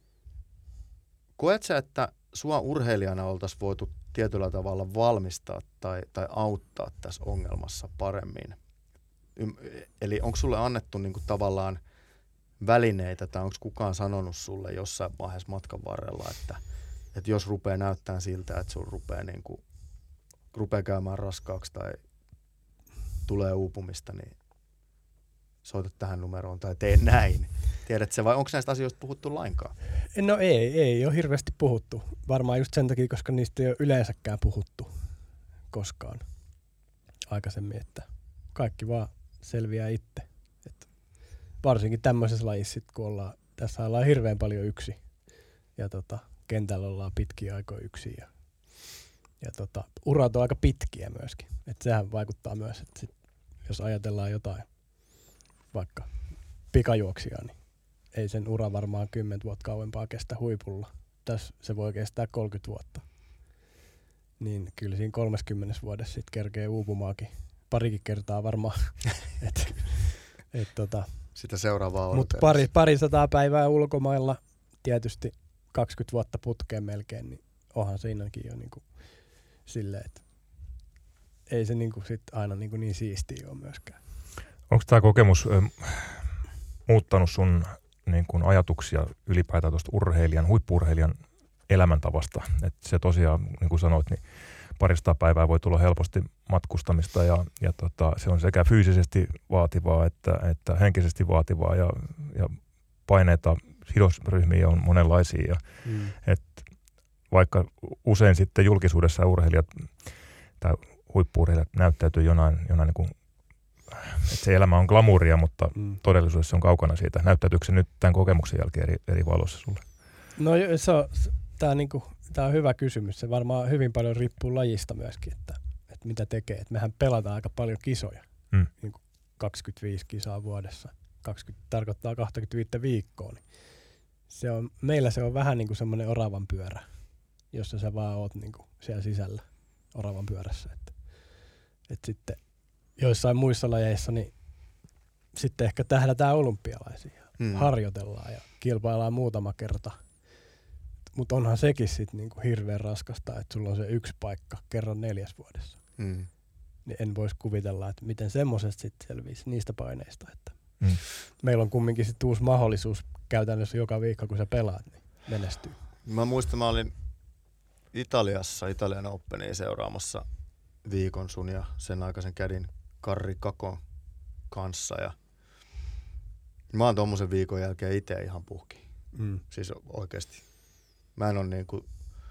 koet sä, että sua urheilijana oltaisiin voitu tietyllä tavalla valmistaa tai, tai auttaa tässä ongelmassa paremmin? Eli onko sulle annettu niinku tavallaan välineitä tai onko kukaan sanonut sulle jossain vaiheessa matkan varrella, että, että jos rupeaa näyttämään siltä, että sun rupeaa, niinku, rupeaa käymään raskaaksi tai tulee uupumista, niin soita tähän numeroon tai tee näin. Tiedätkö se vai onko näistä asioista puhuttu lainkaan? No ei, ei ole hirveästi puhuttu. Varmaan just sen takia, koska niistä ei ole yleensäkään puhuttu koskaan aikaisemmin, että kaikki vaan selviää itse. Et varsinkin tämmöisessä lajissa, kun ollaan, tässä ollaan hirveän paljon yksi ja tota, kentällä ollaan pitkiä aikoja yksin ja, ja tota, urat on aika pitkiä myöskin. Et sehän vaikuttaa myös, että sit, jos ajatellaan jotain vaikka pikajuoksija, niin ei sen ura varmaan kymmentä vuotta kauempaa kestä huipulla. Tässä se voi kestää kolmekymmentä vuotta. Niin kyllä siinä kolmekymmentä vuodessa sitten kerkee uupumaakin. Parikin kertaa varmaan. et, et tota. Sitä seuraavaa Mutta pari, pari sataa päivää ulkomailla, tietysti kaksikymmentä vuotta putkeen melkein, niin onhan siinäkin jo niinku silleen, että ei se niinku sit aina niinku niin siistiä ole myöskään. Onko tämä kokemus ö, muuttanut sun niin kun ajatuksia ylipäätään tuosta urheilijan, huippu-urheilijan elämäntavasta? Et se tosiaan, niin kuin sanoit, niin parista päivää voi tulla helposti matkustamista ja, ja tota, se on sekä fyysisesti vaativaa että, että henkisesti vaativaa ja, ja paineita sidosryhmiä on monenlaisia. Ja, mm. et vaikka usein sitten julkisuudessa urheilijat tai huippu-urheilijat näyttäytyy jonain, jonain niin kuin, että se elämä on glamouria, mutta mm. todellisuudessa se on kaukana siitä. Näyttäytyykö se nyt tämän kokemuksen jälkeen eri, eri valossa sulle? No se on, tämä niinku, on hyvä kysymys. Se varmaan hyvin paljon riippuu lajista myöskin, että, että mitä tekee. Et mehän pelataan aika paljon kisoja, mm. niin kuin kaksikymmentäviisi kisaa vuodessa. kaksikymmentä tarkoittaa kaksikymmentäviisi viikkoa. Niin se on, meillä se on vähän niin kuin semmoinen oravan pyörä, jossa sä vaan oot niin kuin siellä sisällä oravan pyörässä. Että, että sitten joissain muissa lajeissa niin sitten ehkä tähdätään olympialaisia. Mm. Harjoitellaan ja kilpaillaan muutama kerta. Mutta onhan sekin sitten niinku hirveän raskasta, että sulla on se yksi paikka kerran neljäs vuodessa. Mm. Niin en voisi kuvitella, että miten semmoisesta sitten selviisi niistä paineista. Että mm. meillä on kumminkin sitten uusi mahdollisuus käytännössä joka viikko, kun sä pelaat, niin menestyy. Mä muistan, mä olin Italiassa, Italian Openia seuraamassa viikon sun ja sen aikaisen kädin Karri Kakon kanssa. Ja mä oon tommosen viikon jälkeen itse ihan puhki. Mm. Siis oikeesti. Mä en ole niinku,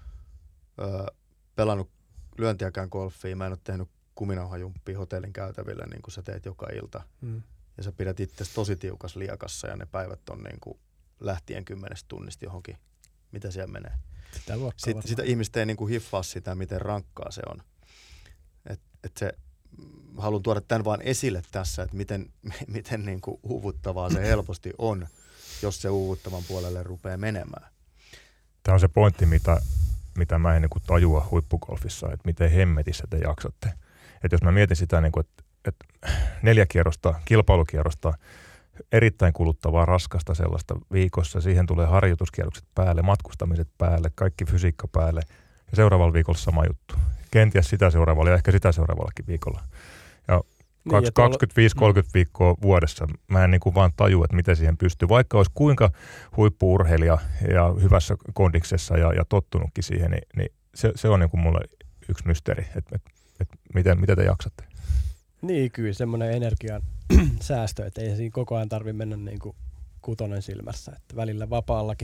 öö, pelannut lyöntiäkään golfia, mä en ole tehnyt kuminauhajumppia hotellin käytävillä niin kuin sä teet joka ilta. Mm. Ja sä pidät itsesi tosi tiukas liekassa ja ne päivät on niinku lähtien kymmenestä tunnista johonkin, mitä siellä menee. Sitä, Sit, sitä ihmiset ei niinku hiffaa sitä, miten rankkaa se on. Et, et se, haluan tuoda tämän vaan esille tässä, että miten, miten niinku uuvuttavaa se helposti on, jos se uuvuttavan puolelle rupeaa menemään. Tämä on se pointti, mitä, mitä mä en niin kuin tajua huippugolfissa, että miten hemmetissä te jaksatte. Että jos mä mietin sitä, niin kuin, että, että neljä kierrosta, kilpailukierrosta, erittäin kuluttavaa, raskasta sellaista viikossa, siihen tulee harjoituskierrokset päälle, matkustamiset päälle, kaikki fysiikka päälle ja seuraavalla viikolla sama juttu. Kenties sitä seuraavalla ja ehkä sitä seuraavallakin viikolla. Ja niin, kaksikymmentäviisi kolmekymmentä viikkoa vuodessa. Mä en niin kuin vaan tajua, että miten siihen pystyy. Vaikka olisi kuinka huippu-urheilija ja hyvässä kondiksessa ja, ja tottunutkin siihen, niin, niin se, se on niin kuin mulle yksi mysteeri, että et, et miten, miten te jaksatte. Niin, kyllä semmoinen energian säästö, että ei siinä koko ajan tarvitse mennä niin kuin kutonen silmässä. Että välillä vapaallakin,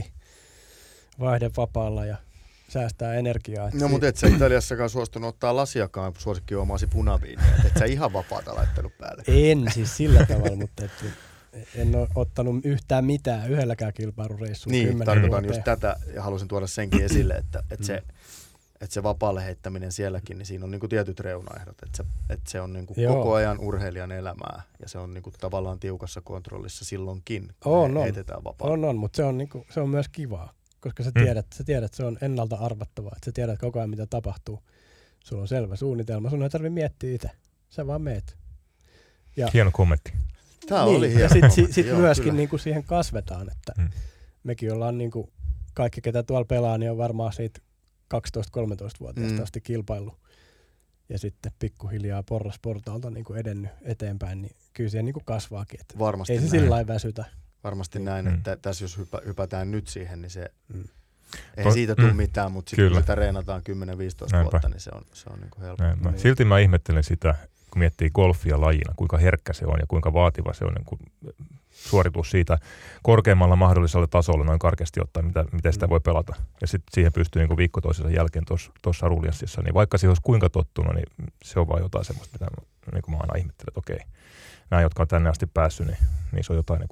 vaihde vapaalla ja säästää energiaa. No, mutta et sä Italiassakaan suostunut ottaa lasiakaan suosikkiomaasi punaviiniä. Et sä ihan vapaata laittanut päälle. En siis sillä tavalla, mutta et, en ole ottanut yhtään mitään yhdelläkään kilpailureissulla. Niin, tarkoitan just tätä ja halusin tuoda senkin esille, että et se, et se vapaalle heittäminen sielläkin, niin siinä on niinku tietyt reunaehdot. Että se, et se on niinku koko ajan urheilijan elämää ja se on niinku tavallaan tiukassa kontrollissa silloinkin, kun on, he on. heitetään vapaalle. On, on, mutta se on, niinku, se on myös kivaa. Koska sä tiedät, mm. sä tiedät, että se on ennalta arvattavaa, että sä tiedät koko ajan, mitä tapahtuu. Sulla on selvä suunnitelma, sun ei tarvitse miettiä itse. Sä vaan meet. Ja, hieno kommentti. Tämä niin, oli hieno ja sitten kommentti. sit Joo, myöskin niinku siihen kasvetaan, että mm. mekin ollaan, niinku, kaikki ketä tuolla pelaa, niin on varmaan siitä kaksitoista kolmetoista-vuotiaasta mm. asti kilpaillut. Ja sitten pikkuhiljaa porrasportaalta niinku edennyt eteenpäin, niin kyllä siihen niinku kasvaakin. Että varmasti ei se näin. sillä lailla väsytä. Varmasti niin. näin, mm. että tässä jos hypä, hypätään nyt siihen, niin se mm. ei to, siitä tule mm. mitään, mutta sitten kun sitä reenataan kymmenen viisitoista Näinpä. vuotta, niin se on, se on niinku helppo. Niin. Silti mä ihmettelen sitä, kun miettii golfia lajina, kuinka herkkä se on ja kuinka vaativa se on niin kuin suoritus siitä korkeammalla mahdollisella tasolla noin karkeasti ottaen, mitä, miten sitä voi pelata. Ja sitten siihen pystyy niin kuin viikko toisensa jälkeen tuossa ruljanssissa. Niin vaikka siihen olisi kuinka tottunut, niin se on vaan jotain semmoista, mitä niin kuin mä aina ihmettelen, että okei, nämä, jotka on tänne asti päässyt, niin niissä on jotain niin kuin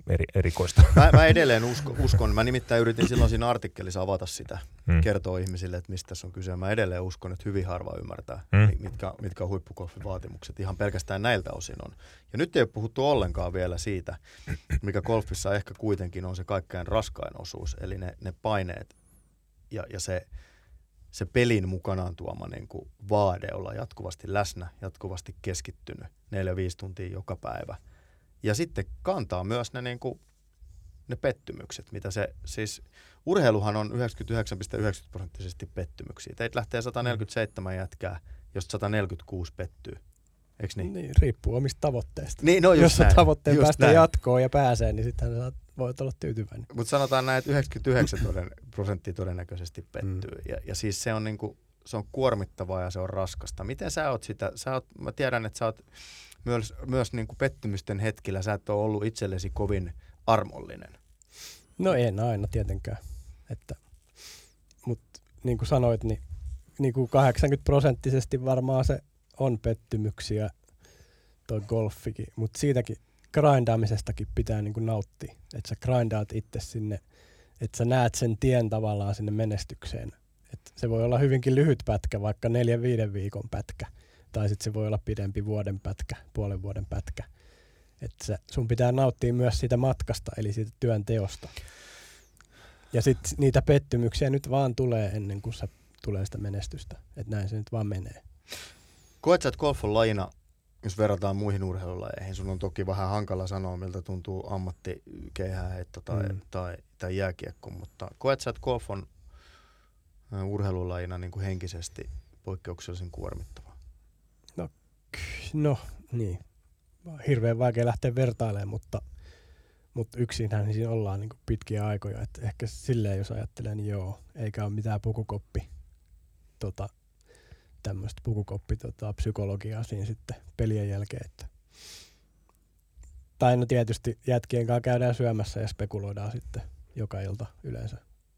eri, erikoista. Mä, mä edelleen usko, uskon, mä nimittäin yritin silloin siinä artikkelissa avata sitä, hmm. kertoa ihmisille, että mistä tässä on kyse. Mä edelleen uskon, että hyvin harva ymmärtää, hmm. mitkä, mitkä on huippugolfin vaatimukset. Ihan pelkästään näiltä osin on. Ja nyt ei ole puhuttu ollenkaan vielä siitä, mikä golfissa ehkä kuitenkin on se kaikkein raskain osuus, eli ne, ne paineet ja, ja se, se pelin mukanaan tuoma niin kuin vaade olla jatkuvasti läsnä, jatkuvasti keskittynyt, neljä viisi tuntia joka päivä. Ja sitten kantaa myös ne, niin kuin, ne pettymykset, mitä se, siis urheiluhan on yhdeksänkymmentäyhdeksän pilkku yhdeksänkymmentä prosenttisesti pettymyksiä. Teitä lähtee sata neljäkymmentäseitsemän jätkää, josta sata neljäkymmentäkuusi pettyy. Eiks niin? Niin, riippuu omista tavoitteista. Niin, no jos näin, tavoitteen just päästä näin. jatkoon ja pääsee, niin sitten sä voit olla tyytyväinen. Mutta sanotaan näin, että yhdeksänkymmentäyhdeksän toden, prosenttia todennäköisesti pettyy. Mm. Ja, ja siis se on, niinku, se on kuormittavaa ja se on raskasta. Miten sä oot sitä, sä oot, mä tiedän, että sä oot myös, myös niinku pettymysten hetkillä, sä et ole ollut itsellesi kovin armollinen. No en aina tietenkään. Että, mutta niin kuin sanoit, niin, niin kuin kahdeksankymmentä prosenttisesti varmaan se on pettymyksiä toi golfikin, mutta siitäkin grindaamisestakin pitää niin kuin nauttia. Että sä grindaat itse sinne, että sä näet sen tien tavallaan sinne menestykseen. Et se voi olla hyvinkin lyhyt pätkä, vaikka neljän viiden viikon pätkä. Tai sitten se voi olla pidempi vuoden pätkä, puolen vuoden pätkä. Että sun pitää nauttia myös siitä matkasta, eli siitä työn teosta. Ja sitten niitä pettymyksiä nyt vaan tulee ennen kuin se tulee sitä menestystä. Että näin se nyt vaan menee. Koet sä, että golf on lajina, jos verrataan muihin urheilulajeihin, sun on toki vähän hankala sanoa, miltä tuntuu ammattikeihääheitto tai, mm. tai, tai jääkiekko, mutta koet sä, että golf on urheilulajina niin kuin henkisesti poikkeuksellisen kuormittavaa? No, no niin. Hirveän vaikea lähteä vertailemaan, mutta, mutta yksinhän niin siinä ollaan niin kuin pitkiä aikoja. Et ehkä silleen, jos ajattelee, niin joo, eikä ole mitään pukukoppi, tota, tämmöistä pukukoppi tota, psykologiaa siinä sitten pelien jälkeen. Että. Tai no tietysti jätkien kanssa käydään syömässä ja spekuloidaan sitten joka ilta yleensä.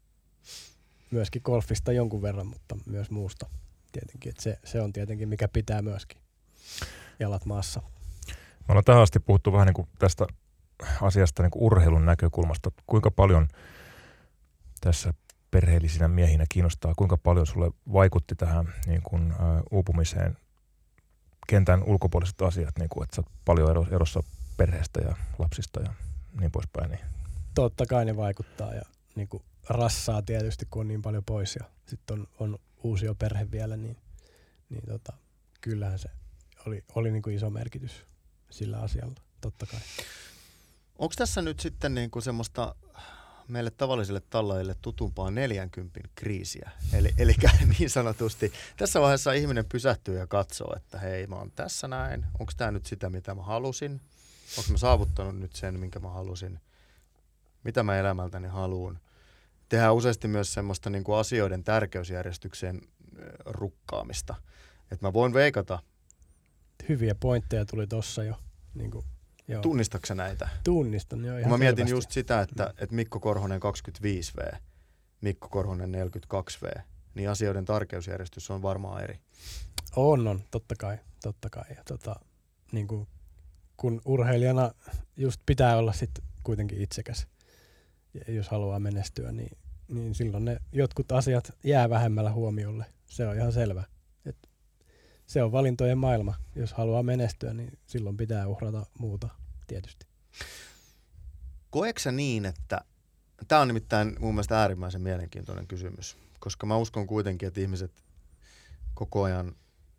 Myöskin golfista jonkun verran, mutta myös muusta tietenkin. Et se, se on tietenkin, mikä pitää myöskin jalat maassa. Me ollaan tähän asti puhuttu vähän niin kuin tästä asiasta niin kuin urheilun näkökulmasta. Kuinka paljon tässä perheellisinä miehinä kiinnostaa, kuinka paljon sulle vaikutti tähän niin kuin, ä, uupumiseen kentän ulkopuoliset asiat, niin kuin, että sä oot paljon erossa perheestä ja lapsista ja niin poispäin. Niin. Totta kai ne vaikuttaa ja niin kuin rassaa tietysti, kun on niin paljon pois ja sitten on, on uusi jo perhe vielä, niin, niin tota, kyllähän se oli, oli niin kuin iso merkitys sillä asialla, totta kai. Onko tässä nyt sitten niinku semmoista meille tavallisille tallajille tutumpaa neljänkympin kriisiä? Eli, eli niin sanotusti tässä vaiheessa ihminen pysähtyy ja katsoo, että hei, mä oon tässä näin. Onko tämä nyt sitä, mitä mä halusin? Onko mä saavuttanut nyt sen, minkä mä halusin? Mitä mä elämältäni haluun? Tehdään useasti myös semmoista niinku asioiden tärkeysjärjestykseen rukkaamista. Että mä voin veikata. Hyviä pointteja tuli tossa jo. Niin kuin, joo. Tunnistatko näitä? Tunnistan jo ihan mä mietin selvästi. just sitä, että, että Mikko Korhonen kaksikymmentäviisi vuotta, Mikko Korhonen neljäkymmentäkaksi vuotta, niin asioiden tärkeysjärjestys on varmaan eri. On, on, totta kai. Totta kai. Ja tota, niin kuin, kun urheilijana just pitää olla sitten kuitenkin itsekäs, ja jos haluaa menestyä, niin, niin silloin ne jotkut asiat jää vähemmällä huomiolle. Se on ihan selvä. Et se on valintojen maailma. Jos haluaa menestyä, niin silloin pitää uhrata muuta tietysti. Koeksä niin, että tämä on nimittäin mun mielestä äärimmäisen mielenkiintoinen kysymys, koska mä uskon kuitenkin, että ihmiset koko ajan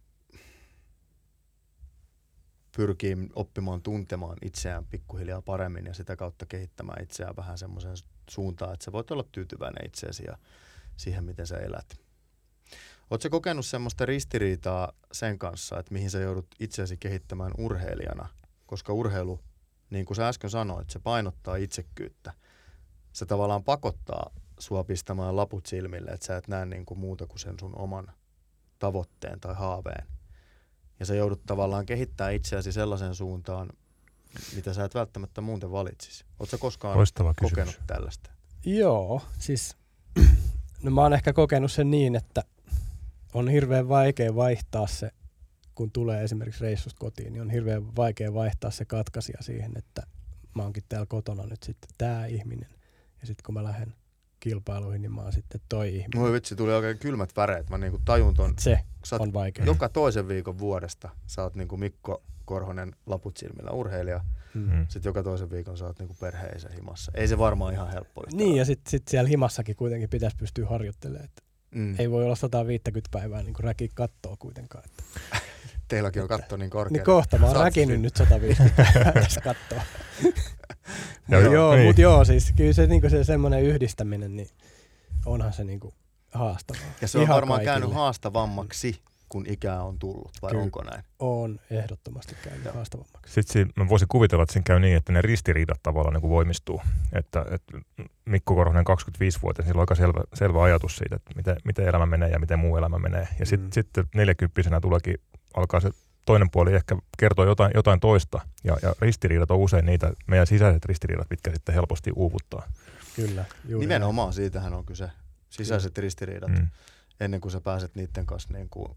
pyrkii oppimaan tuntemaan itseään pikkuhiljaa paremmin ja sitä kautta kehittämään itseään vähän semmoisen suuntaan, että sä voit olla tyytyväinen itseesi ja siihen, miten sä elät. Oletko kokenut semmoista ristiriitaa sen kanssa, että mihin sä joudut itseäsi kehittämään urheilijana? Koska urheilu, niin kuin sä äsken sanoit, se painottaa itsekkyyttä. Se tavallaan pakottaa sua pistämään laput silmille, että sä et näe niin kuin muuta kuin sen sun oman tavoitteen tai haaveen. Ja sä joudut tavallaan kehittämään itseäsi sellaisen suuntaan, mitä sä et välttämättä muuten valitsisi. Oletko sä koskaan Loistava kokenut kysymys. tällaista? Joo, siis no mä oon ehkä kokenut sen niin, että on hirveän vaikea vaihtaa se, kun tulee esimerkiksi reissusta kotiin, niin on hirveän vaikea vaihtaa se katkaisija siihen, että mä oonkin täällä kotona nyt sitten tää ihminen. Ja sitten kun mä lähden kilpailuihin, niin mä oon sitten toi ihminen. Moi vitsi, tuli oikein kylmät väreet. Mä niinku tajun ton. Se on vaikea. Joka toisen viikon vuodesta sä oot niinku Mikko Korhonen laput silmillä urheilija. Mm-hmm. Sitten joka toisen viikon sä oot niinku perheisen himassa. Ei se varmaan ihan helppo. Niin, ja sitten sit siellä himassakin kuitenkin pitäisi pystyä harjoittelemaan. Mm. Ei voi olla sata viisikymmentä päivää niin kuin räki kattoo kuitenkaan. Että. Teilläkin on katto niin korkea. Niin kohta mä oon räkinyt nyt sata viisikymmentä päivää tässä kattoa. Mutta joo, niin. mut joo, siis kyllä se, niinku se semmoinen yhdistäminen, niin onhan se niinku haastavaa. Ja se on ihan varmaan kaikille. käynyt haastavammaksi, kun ikää on tullut, vai kyllä, onko näin? On ehdottomasti käynyt ja. haastavammaksi. Sitten siinä, mä voisin kuvitella, että siinä käy niin, että ne ristiriidat tavallaan niin kuin voimistuu. Että, että Mikko Korhonen kaksikymmentäviisivuotias, sillä on aika selvä, selvä ajatus siitä, että miten, miten elämä menee ja miten muu elämä menee. Ja sitten mm. sit neljäkymppisenä tuleekin, alkaa se toinen puoli ehkä kertoo jotain, jotain toista. Ja, ja ristiriidat on usein niitä, meidän sisäiset ristiriidat, mitkä sitten helposti uuvuttaa. Kyllä. Nimenomaan näin. Siitähän on kyse. Sisäiset Kyllä. ristiriidat. Mm. Ennen kuin sä pääset niiden kanssa, niin kuin,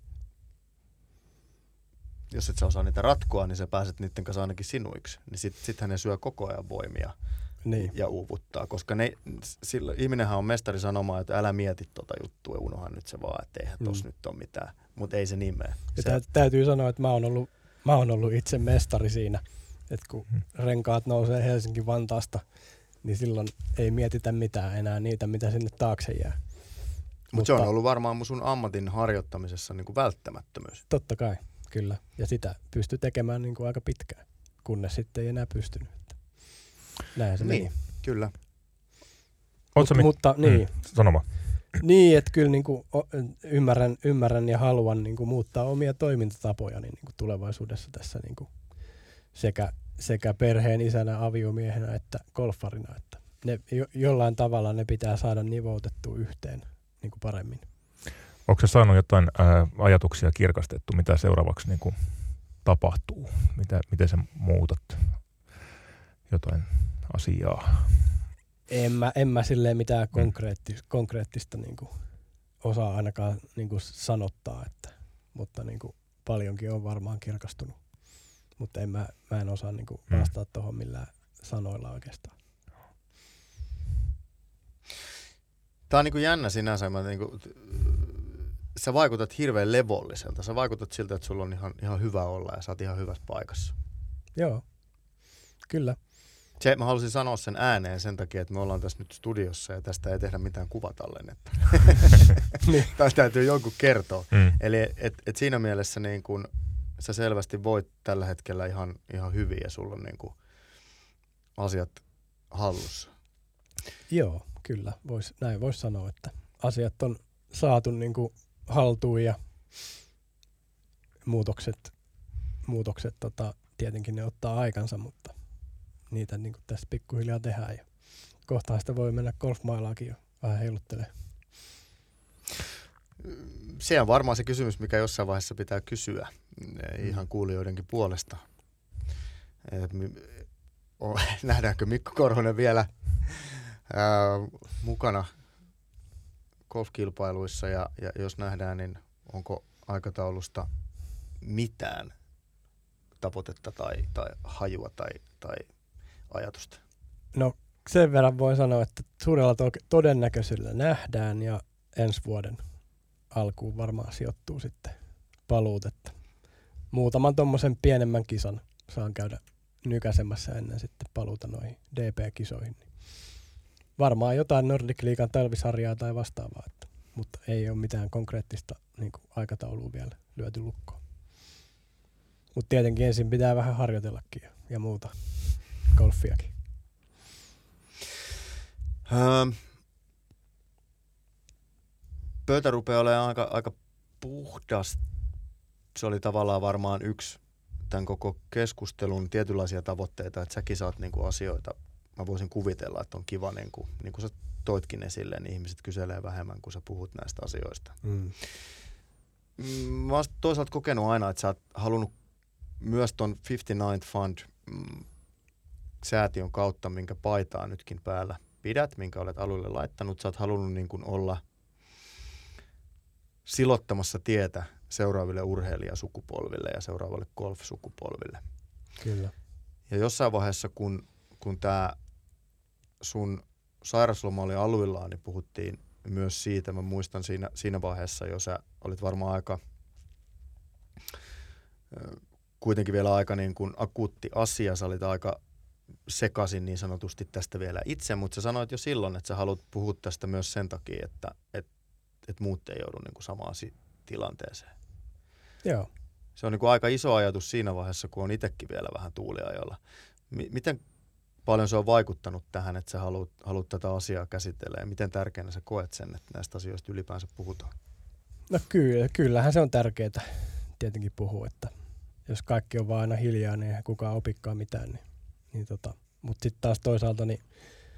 jos et sä osaa niitä ratkoa, niin sä pääset niiden kanssa ainakin sinuiksi. Niin sit, sittenhän ne syö koko ajan voimia niin. ja uuvuttaa. Koska ne, sillä, ihminenhän on mestari sanomaan, että älä mieti tota juttua, unohan nyt se vaan, että eihän tossa mm. nyt ole mitään. Mutta ei se nimeä. Se... Täytyy sanoa, että mä oon ollut, mä oon ollut itse mestari siinä, että kun mm. renkaat nousee Helsinki-Vantaasta, niin silloin ei mietitä mitään enää niitä, mitä sinne taakse jää. Mut Mutta se on ollut varmaan sun ammatin harjoittamisessa niin kuin välttämättömyys. Totta kai, kyllä. Ja sitä pystyy tekemään niin kuin aika pitkään, kunnes sitten ei enää pystynyt. Näin se niin, meni. Kyllä. Mut, mit... Mutta niin. Mm, sanoma. Niin, että kyllä niin kuin ymmärrän, ymmärrän ja haluan niin kuin muuttaa omia toimintatapoja niin kuin tulevaisuudessa tässä niin kuin sekä, sekä perheen isänä, aviomiehenä että golfarina. Että ne, jo, jollain tavalla ne pitää saada nivoutettua yhteen niin kuin paremmin. Onko se saanut jotain ää, ajatuksia kirkastettu, mitä seuraavaksi niin kuin tapahtuu? Mitä, miten sä muutat jotain asiaa? En mä, en mä silleen mitään konkreettis, konkreettista niin kuin osaa ainakaan niin kuin sanottaa, että, mutta niin kuin paljonkin on varmaan kirkastunut. Mutta en mä, mä en osaa niin kuin vastata tuohon millään sanoilla oikeastaan. Tämä on niin kuin jännä sinänsä. Mä niin kuin, sä vaikutat hirveän levolliselta. Sä vaikutat siltä, että sulla on ihan, ihan hyvä olla ja sä oot ihan hyvässä paikassa. Joo, kyllä. Se, mä halusin sanoa sen ääneen sen takia, että me ollaan tässä nyt studiossa ja tästä ei tehdä mitään kuvatallennetta. Tästä täytyy jonkun kertoa. Mm. Eli et, et siinä mielessä niin kun, sä selvästi voit tällä hetkellä ihan, ihan hyvin ja sulla on niin kun, asiat hallussa. Joo, kyllä. Vois, näin voisi sanoa, että asiat on saatu niin kuin haltuun ja muutokset, muutokset tota, tietenkin ne ottaa aikansa, mutta niitä niin kuin tässä pikkuhiljaa tehdään ja kohtaan sitä voi mennä golfmailaakin jo vähän heiluttelee. Se on varmaan se kysymys, mikä jossain vaiheessa pitää kysyä ihan kuulijoidenkin puolesta. Nähdäänkö Mikko Korhonen vielä ää, mukana golfkilpailuissa ja, ja jos nähdään, niin onko aikataulusta mitään tavoitetta tai, tai hajua tai, tai ajatusta? No sen verran voi sanoa, että suurella to- todennäköisyydellä nähdään ja ensi vuoden alkuun varmaan sijoittuu sitten paluut, että muutaman tommosen pienemmän kisan saan käydä nykäsemässä ennen sitten paluuta noihin D P-kisoihin. Varmaan jotain Nordic Leaguean talvisarjaa tai vastaavaa, että, mutta ei ole mitään konkreettista niin kuin aikataulua vielä lyöty lukkoon. Mutta tietenkin ensin pitää vähän harjoitellakin ja, ja muuta golfiakin. Ähm. Pöytä rupeaa olemaan aika, aika puhdas. Se oli tavallaan varmaan yksi tämän koko keskustelun tietynlaisia tavoitteita, että säkin saat niinku asioita. Mä voisin kuvitella, että on kiva, niin kuin, niin kuin sä toitkin esille, niin ihmiset kyselee vähemmän, kun sä puhut näistä asioista. Mm. Mä oon toisaalta kokenut aina, että sä oot halunnut myös ton viisikymmentäyhdeksän Fund mm, säätiön kautta, minkä paitaa nytkin päällä pidät, minkä olet alulle laittanut. Sä oot halunnut niin kuin olla silottamassa tietä seuraaville urheilijasukupolville ja seuraavalle golf-sukupolville. Kyllä. Ja jossain vaiheessa, kun kun tämä sun sairasloma oli aluillaan, niin puhuttiin myös siitä. Mä muistan siinä, siinä vaiheessa, jo sä olit varmaan aika, kuitenkin vielä aika niin kuin akuutti asia. Sä olit aika sekaisin niin sanotusti tästä vielä itse, mutta sä sanoit jo silloin, että sä haluat puhua tästä myös sen takia, että et, et muut ei joudu niin kuin samaan tilanteeseen. Joo. Se on niin kuin aika iso ajatus siinä vaiheessa, kun on itsekin vielä vähän tuuliajolla. M- miten paljon se on vaikuttanut tähän, että sä haluat, haluat tätä asiaa käsitellä ja miten tärkeänä sä koet sen, että näistä asioista ylipäänsä puhutaan? No kyllä, kyllähän se on tärkeää tietenkin puhua, että jos kaikki on vaan aina hiljaa, niin eihän kukaan opikkaan mitään. Niin, niin tota. Mutta sitten taas toisaalta niin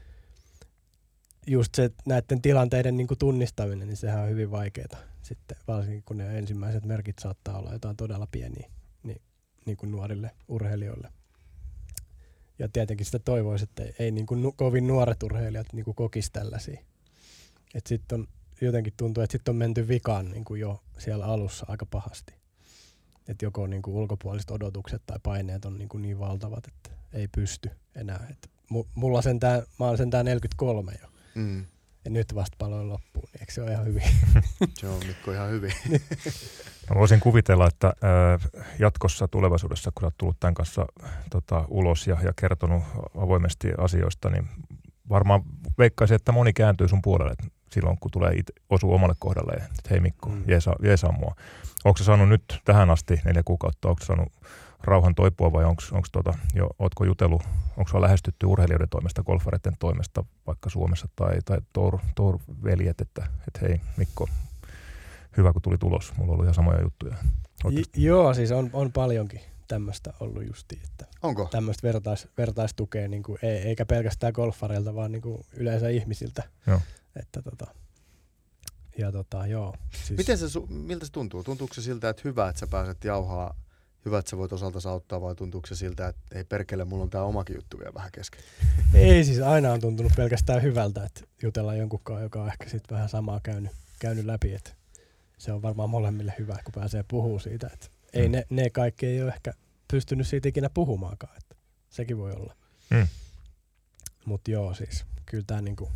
just se näiden tilanteiden niin kuin tunnistaminen, niin sehän on hyvin vaikeaa. Sitten varsinkin kun ne ensimmäiset merkit saattaa olla jotain todella pieniä niin, niin kuin nuorille urheilijoille. Ja tietenkin sitä toivoisi, että ei, ei niin kuin nu, kovin nuoret urheilijat niin kuin kokisi tällaisia. Että sitten on jotenkin tuntuu, että sitten on menty vikaan niin kuin jo siellä alussa aika pahasti. Että joko niin kuin ulkopuoliset odotukset tai paineet on niin, kuin niin valtavat, että ei pysty enää. Et mulla sentään, mä oon sentään neljäkymmentäkolme jo. Mm. Ja nyt vasta paloin loppuun, niin eikö se ole ihan hyvin? Se on Mikko ihan hyvin. Mä voisin kuvitella, että äh, jatkossa tulevaisuudessa, kun sä oot tullut tämän kanssa tota, ulos ja, ja kertonut avoimesti asioista, niin varmaan veikkaisin, että moni kääntyy sun puolelle silloin, kun tulee it, osuu omalle kohdalleen, että hei Mikko, mm. jeesa, jeesa mua. Onko sä saanut nyt tähän asti neljä kuukautta, onko sä saanut rauhan toipua vai onko tota, jo, ootko jutellut, onko sua lähestytty urheilijoiden toimesta, golfareiden toimesta vaikka Suomessa tai, tai tour, tour-veljet, että, että hei Mikko, hyvä kun tuli tulos, mulla on ollut ihan samoja juttuja. J- joo, siis on, on paljonkin tämmöistä ollut justiin, että onko? Tämmöistä vertais, vertaistukea, niin kuin, ei, eikä pelkästään golfareilta, vaan niin kuin yleensä ihmisiltä. Joo. Että tota, ja tota, joo. Siis Miten se, miltä se tuntuu? Tuntuuko se siltä, että hyvä, että sä pääset jauhaa, hyvä, että sä voit osalta auttaa, vai tuntuuko se siltä, että ei perkele, mulla on tää omakin juttu vielä vähän kesken? Ei siis aina on tuntunut pelkästään hyvältä, että jutellaan jonkunkaan, joka on ehkä sitten vähän samaa käynyt, käynyt läpi, että se on varmaan molemmille hyvä, kun pääsee puhumaan siitä, että ei mm. ne, ne kaikki ei ole ehkä pystynyt siitä ikinä puhumaankaan, että sekin voi olla. Mm. Mut joo siis, kyllä tää niinku,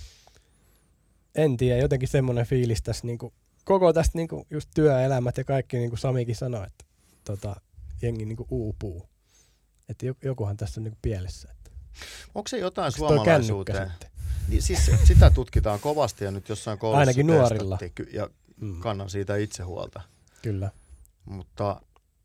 en tiedä, jotenkin semmoinen fiilis tässä niinku, koko tästä niinku just työelämät ja kaikki, niin kuin Samikin sanoi, että tota, jengi niinku uupuu. Että jokuhan tässä on niinku pielessä. Että onko se jotain suomalaisuuteen? Niin, siis Mm. sitä tutkitaan kovasti ja nyt jossain koulussa ainakin nuorilla. Ja mm. kannan siitä itse huolta. Kyllä. Mutta,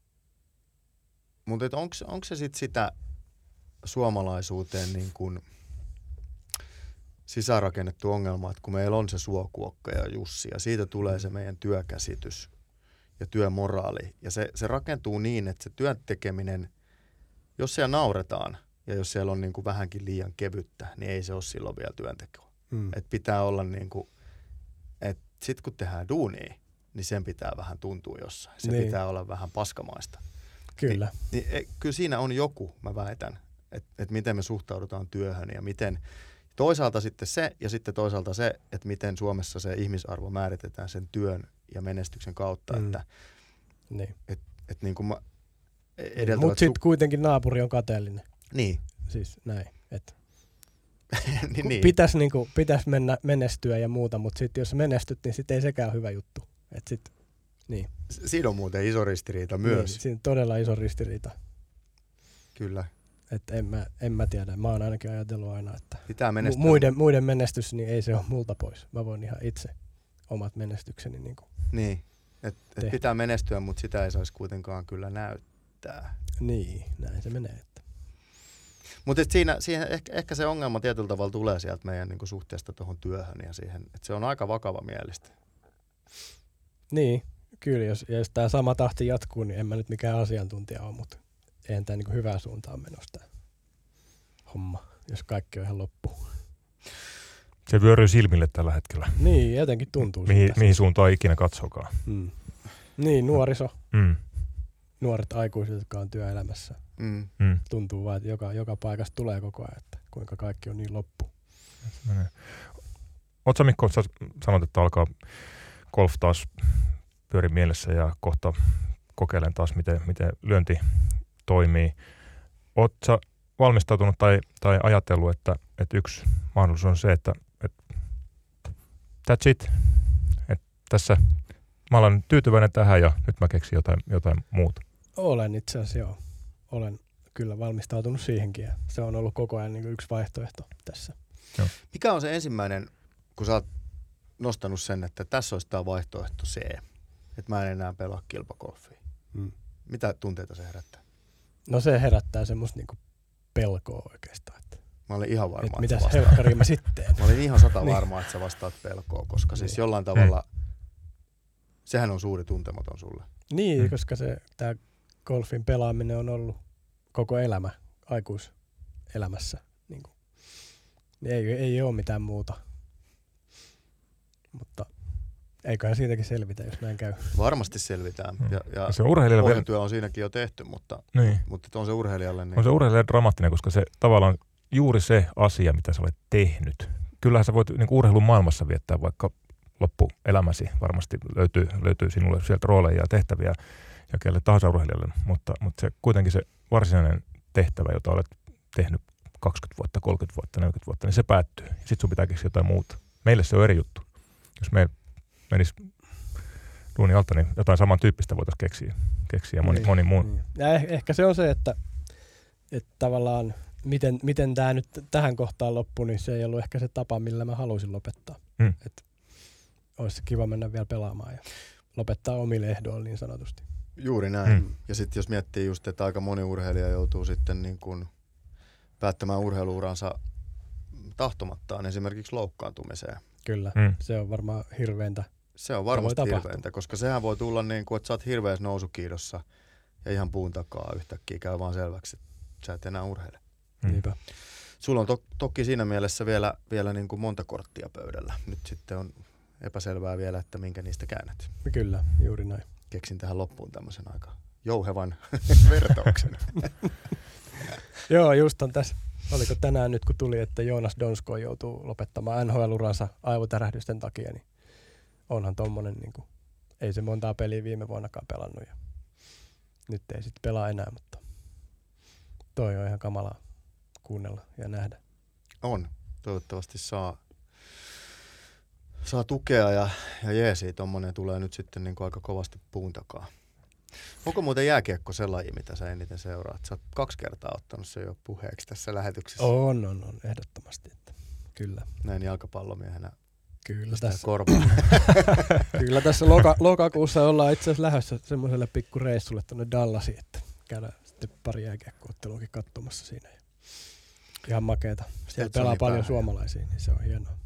mutta onko se sitten sitä suomalaisuuteen niin kuin sisäänrakennettu ongelma, että kun meillä on se Suokuokka ja Jussi ja siitä tulee se meidän työkäsitys ja työmoraali ja se, se rakentuu niin, että se työn tekeminen, jos siellä nauretaan ja jos siellä on niin kuin vähänkin liian kevyttä, niin ei se ole silloin vielä työntekoa. Mm. Että pitää olla niin kuin, että sitten kun tehdään duunia, niin sen pitää vähän tuntua jossain. Se niin. pitää olla vähän paskamaista. Kyllä. Niin, niin, kyllä siinä on joku, mä väitän, että, että miten me suhtaudutaan työhön ja miten toisaalta sitten se ja sitten toisaalta se, että miten Suomessa se ihmisarvo määritetään sen työn ja menestyksen kautta. Mm. Että niin. et, et niin kuin mä Mutta sitten su- kuitenkin naapuri on kateellinen. Niin. Siis näin, että niin, niin. Pitäisi niinku, pitäis mennä menestyä ja muuta, mutta sitten jos menestyt, niin sitten ei sekään ole hyvä juttu. Et sit, niin. Siinä on muuten iso ristiriita myös. Niin, siinä on todella iso ristiriita. Kyllä. Et en, mä, en mä tiedä. Mä oon ainakin ajatellut aina, että pitää menestyä. Muiden, muiden menestys niin ei se ole multa pois. Mä voin ihan itse omat menestykseni niin kuin Niin, että et pitää menestyä, mutta sitä ei saisi kuitenkaan kyllä näyttää. Niin, näin se menee. Että. Mutta siinä, siihen ehkä, ehkä se ongelma tietyllä tavalla tulee sieltä meidän niin kuin suhteesta tuohon työhön ja siihen, että se on aika vakava mielistä. Niin, kyllä. Jos, jos tämä sama tahti jatkuu, niin en mä nyt mikään asiantuntija ole, mutta eihän tämä niin kuin hyvää suuntaan menosta homma, jos kaikki on ihan loppu. Se vyöryy silmille tällä hetkellä. Niin, jotenkin tuntuu. Mihin, mihin suuntaan ikinä katsokaa. Mm. Niin, nuoriso. Mm. Nuoret aikuiset, jotka on työelämässä. Mm. Mm. Tuntuu vaan, että joka, joka paikasta tulee koko ajan, että kuinka kaikki on niin loppu. Oletko Mikko, sä sanot, että alkaa golf taas pyöri mielessä ja kohta kokeilen taas, miten, miten lyönti toimii. Oletko valmistautunut tai, tai ajatellut, että, että yksi mahdollisuus on se, että, että that's it. Että tässä mä olen tyytyväinen tähän ja nyt mä keksin jotain, jotain muuta. Olen itse asiassa joo. Olen kyllä valmistautunut siihenkin ja se on ollut koko ajan niin kuin yksi vaihtoehto tässä. Joo. Mikä on se ensimmäinen, kun sä oot nostanut sen, että tässä olisi tämä vaihtoehto C, että mä en enää pelaa kilpagolfia. Hmm. Mitä tunteita se herättää? No se herättää semmoista niinku pelkoa oikeastaan. Että mä olin ihan varma, että mitäs helkkariin mä sitten. Mä olin ihan sata varma, että sä vastaat pelkoa, koska siis jollain tavalla sehän on suuri tuntematon sulle. Niin, hmm. koska se tää golfin pelaaminen on ollut koko elämä aikuiselämässä. Niin kuin, ei, ei ole mitään muuta. Mutta eiköhän siitäkin selvitä, jos näin käy. Varmasti selvitään. Ja, ja se urheilijalle pohjatyö on siinäkin jo tehty, mutta, niin. mutta on se urheilijalle. Niin... On se urheilijalle dramaattinen, koska se tavallaan juuri se asia, mitä sä olet tehnyt. Kyllähän sä voit niin kuin urheilun maailmassa viettää vaikka loppuelämäsi. Varmasti löytyy, löytyy sinulle sieltä rooleja ja tehtäviä ja kelle tahansa urheilijalle. Mutta, mutta se kuitenkin se varsinainen tehtävä, jota olet tehnyt kaksikymmentä vuotta, kolmekymmentä vuotta, neljäkymmentä vuotta, niin se päättyy. Sitten sun pitää keksiä jotain muuta. Meille se on eri juttu. Jos me menisi duuni alta, niin jotain samantyyppistä voitaisiin keksiä, keksiä moni, niin, moni muun. Niin. Ja eh- ehkä se on se, että, että tavallaan miten, miten tämä nyt tähän kohtaan loppui, niin se ei ollut ehkä se tapa, millä mä halusin lopettaa. Mm. Että olisi kiva mennä vielä pelaamaan ja lopettaa omille ehdoille niin sanotusti. Juuri näin. Mm. Ja sitten jos miettii just, että aika moni urheilija joutuu sitten niin kuin päättämään urheiluuransa tahtomattaan esimerkiksi loukkaantumiseen. Kyllä, mm. se on varmaan hirveintä. Se on varmasti hirveintä, koska sehän voi tulla niin kuin, että sä oot hirveässä nousukiidossa ja ihan puun takaa yhtäkkiä käy vaan selväksi, että sä et enää urheile. Mm. Niinpä. Sulla on to- toki siinä mielessä vielä, vielä niin kuin monta korttia pöydällä. Nyt sitten on epäselvää vielä, että minkä niistä käännät. Kyllä, juuri näin. Keksin tähän loppuun tämmöisen aika jouhevan vertauksen. Joo, just on tässä. Oliko tänään nyt, kun tuli, että Joonas Donskoi joutuu lopettamaan N H L-uransa aivotärähdysten takia, niin onhan tommonen, niin kuin, ei se montaa peliä viime vuonnakaan pelannut. Ja nyt ei sitten pelaa enää, mutta toi on ihan kamalaa kuunnella ja nähdä. On. Toivottavasti saa, saa tukea ja, ja jeesi, tommonen tulee nyt sitten niin kuin aika kovasti puun takaa. Onko muuten jääkiekko sellainen, mitä sä eniten seuraat? Sä oot kaksi kertaa ottanut se jo puheeksi tässä lähetyksessä. On, on, on, ehdottomasti. Että kyllä. Näin jalkapallomiehenä. Kyllä tässä, kyllä tässä loka, lokakuussa ollaan itse asiassa lähdössä semmoiselle pikkureissulle tuonne Dallasiin, että käydään sitten pari jääkiekko-otteluakin katsomassa siinä. Ja ihan makeeta. Siellä pelaa paljon päähän. Suomalaisia, niin se on hienoa.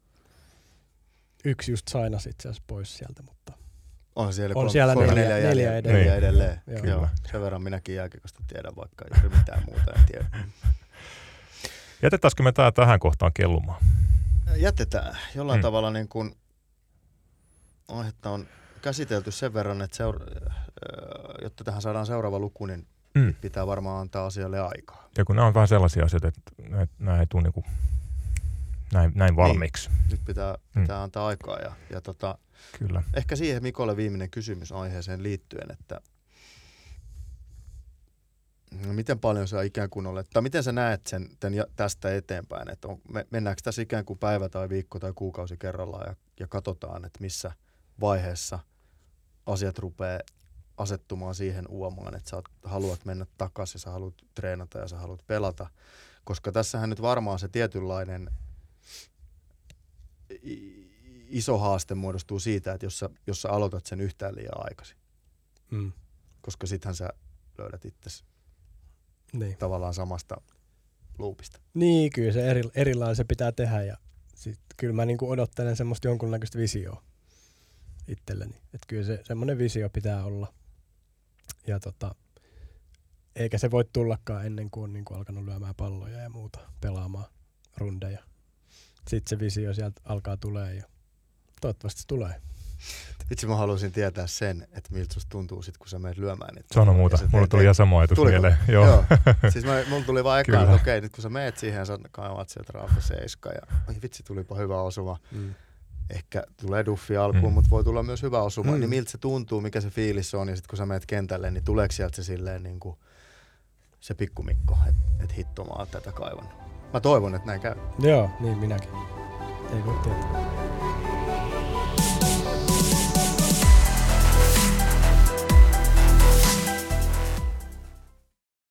Yksi just sainasi itse asiassa pois sieltä, mutta on siellä, on siellä neljä, neljä, neljä, neljä edelleen. Neljä edelleen. Joo. Joo. Sen verran minäkin jääkiekosta tiedän, vaikka ei mitään muuta en tiedä. Jätetäänkö me tää tähän kohtaan kellumaan? Jätetään. Jollain hmm. tavalla niin kun aihetta on käsitelty sen verran, että seura- jotta tähän saadaan seuraava luku, niin hmm. pitää varmaan antaa asialle aikaa. Ja kun nämä on vähän sellaisia asioita, että nämä ei tule niin näin, näin valmiiksi. Niin. Nyt pitää, pitää hmm. antaa aikaa. Ja, ja tota, Kyllä. Ehkä siihen Mikolle viimeinen kysymys aiheeseen liittyen, että no miten paljon sä ikään kuin olet, tai miten sä näet sen tästä eteenpäin, että on, mennäänkö tässä ikään kuin päivä tai viikko tai kuukausi kerrallaan ja, ja katsotaan, että missä vaiheessa asiat rupeaa asettumaan siihen uomaan, että sä haluat mennä takaisin, sä haluat treenata ja sä haluat pelata, koska tässähän nyt varmaan se tietynlainen iso haaste muodostuu siitä, että jos sä, jos sä aloitat sen yhtään liian aikaisin, mm. koska sittenhän sä löydät itsesi niin. tavallaan samasta loopista. Niin, kyllä se eri, erilainen se pitää tehdä ja sit kyllä mä niinku odottelen semmoista jonkunnäköistä visioa itselleni. Että kyllä se semmoinen visio pitää olla ja tota, eikä se voi tullakaan ennen kuin on niinku alkanut lyömään palloja ja muuta, pelaamaan rundeja. Sitten se visio sieltä alkaa tulee ja toivottavasti se tulee. Vitsi, mä haluaisin tietää sen, että miltä susta tuntuu sit, kun sä menet lyömään niitä. Sano muuta, mulla tuli ihan sama ajatus mieleen. Joo. Joo. Siis mä, mulla tuli vaan ekaan, että okei, nyt kun sä menet siihen ja sä kaivat sieltä rauta seiska ja oi vitsi, tulipa hyvä osuma. Mm. Ehkä tulee duffi alkuun, mm. mutta voi tulla myös hyvä osuma. Mm. Niin miltä se tuntuu, mikä se fiilis on ja sit kun sä menet kentälle, niin tuleeko sieltä se silleen niin kuin se pikkumikko, että et hitto mä oon tätä kaivannut. Mä toivon, että näin käy. Joo, niin minäkin. Ei voi tietää.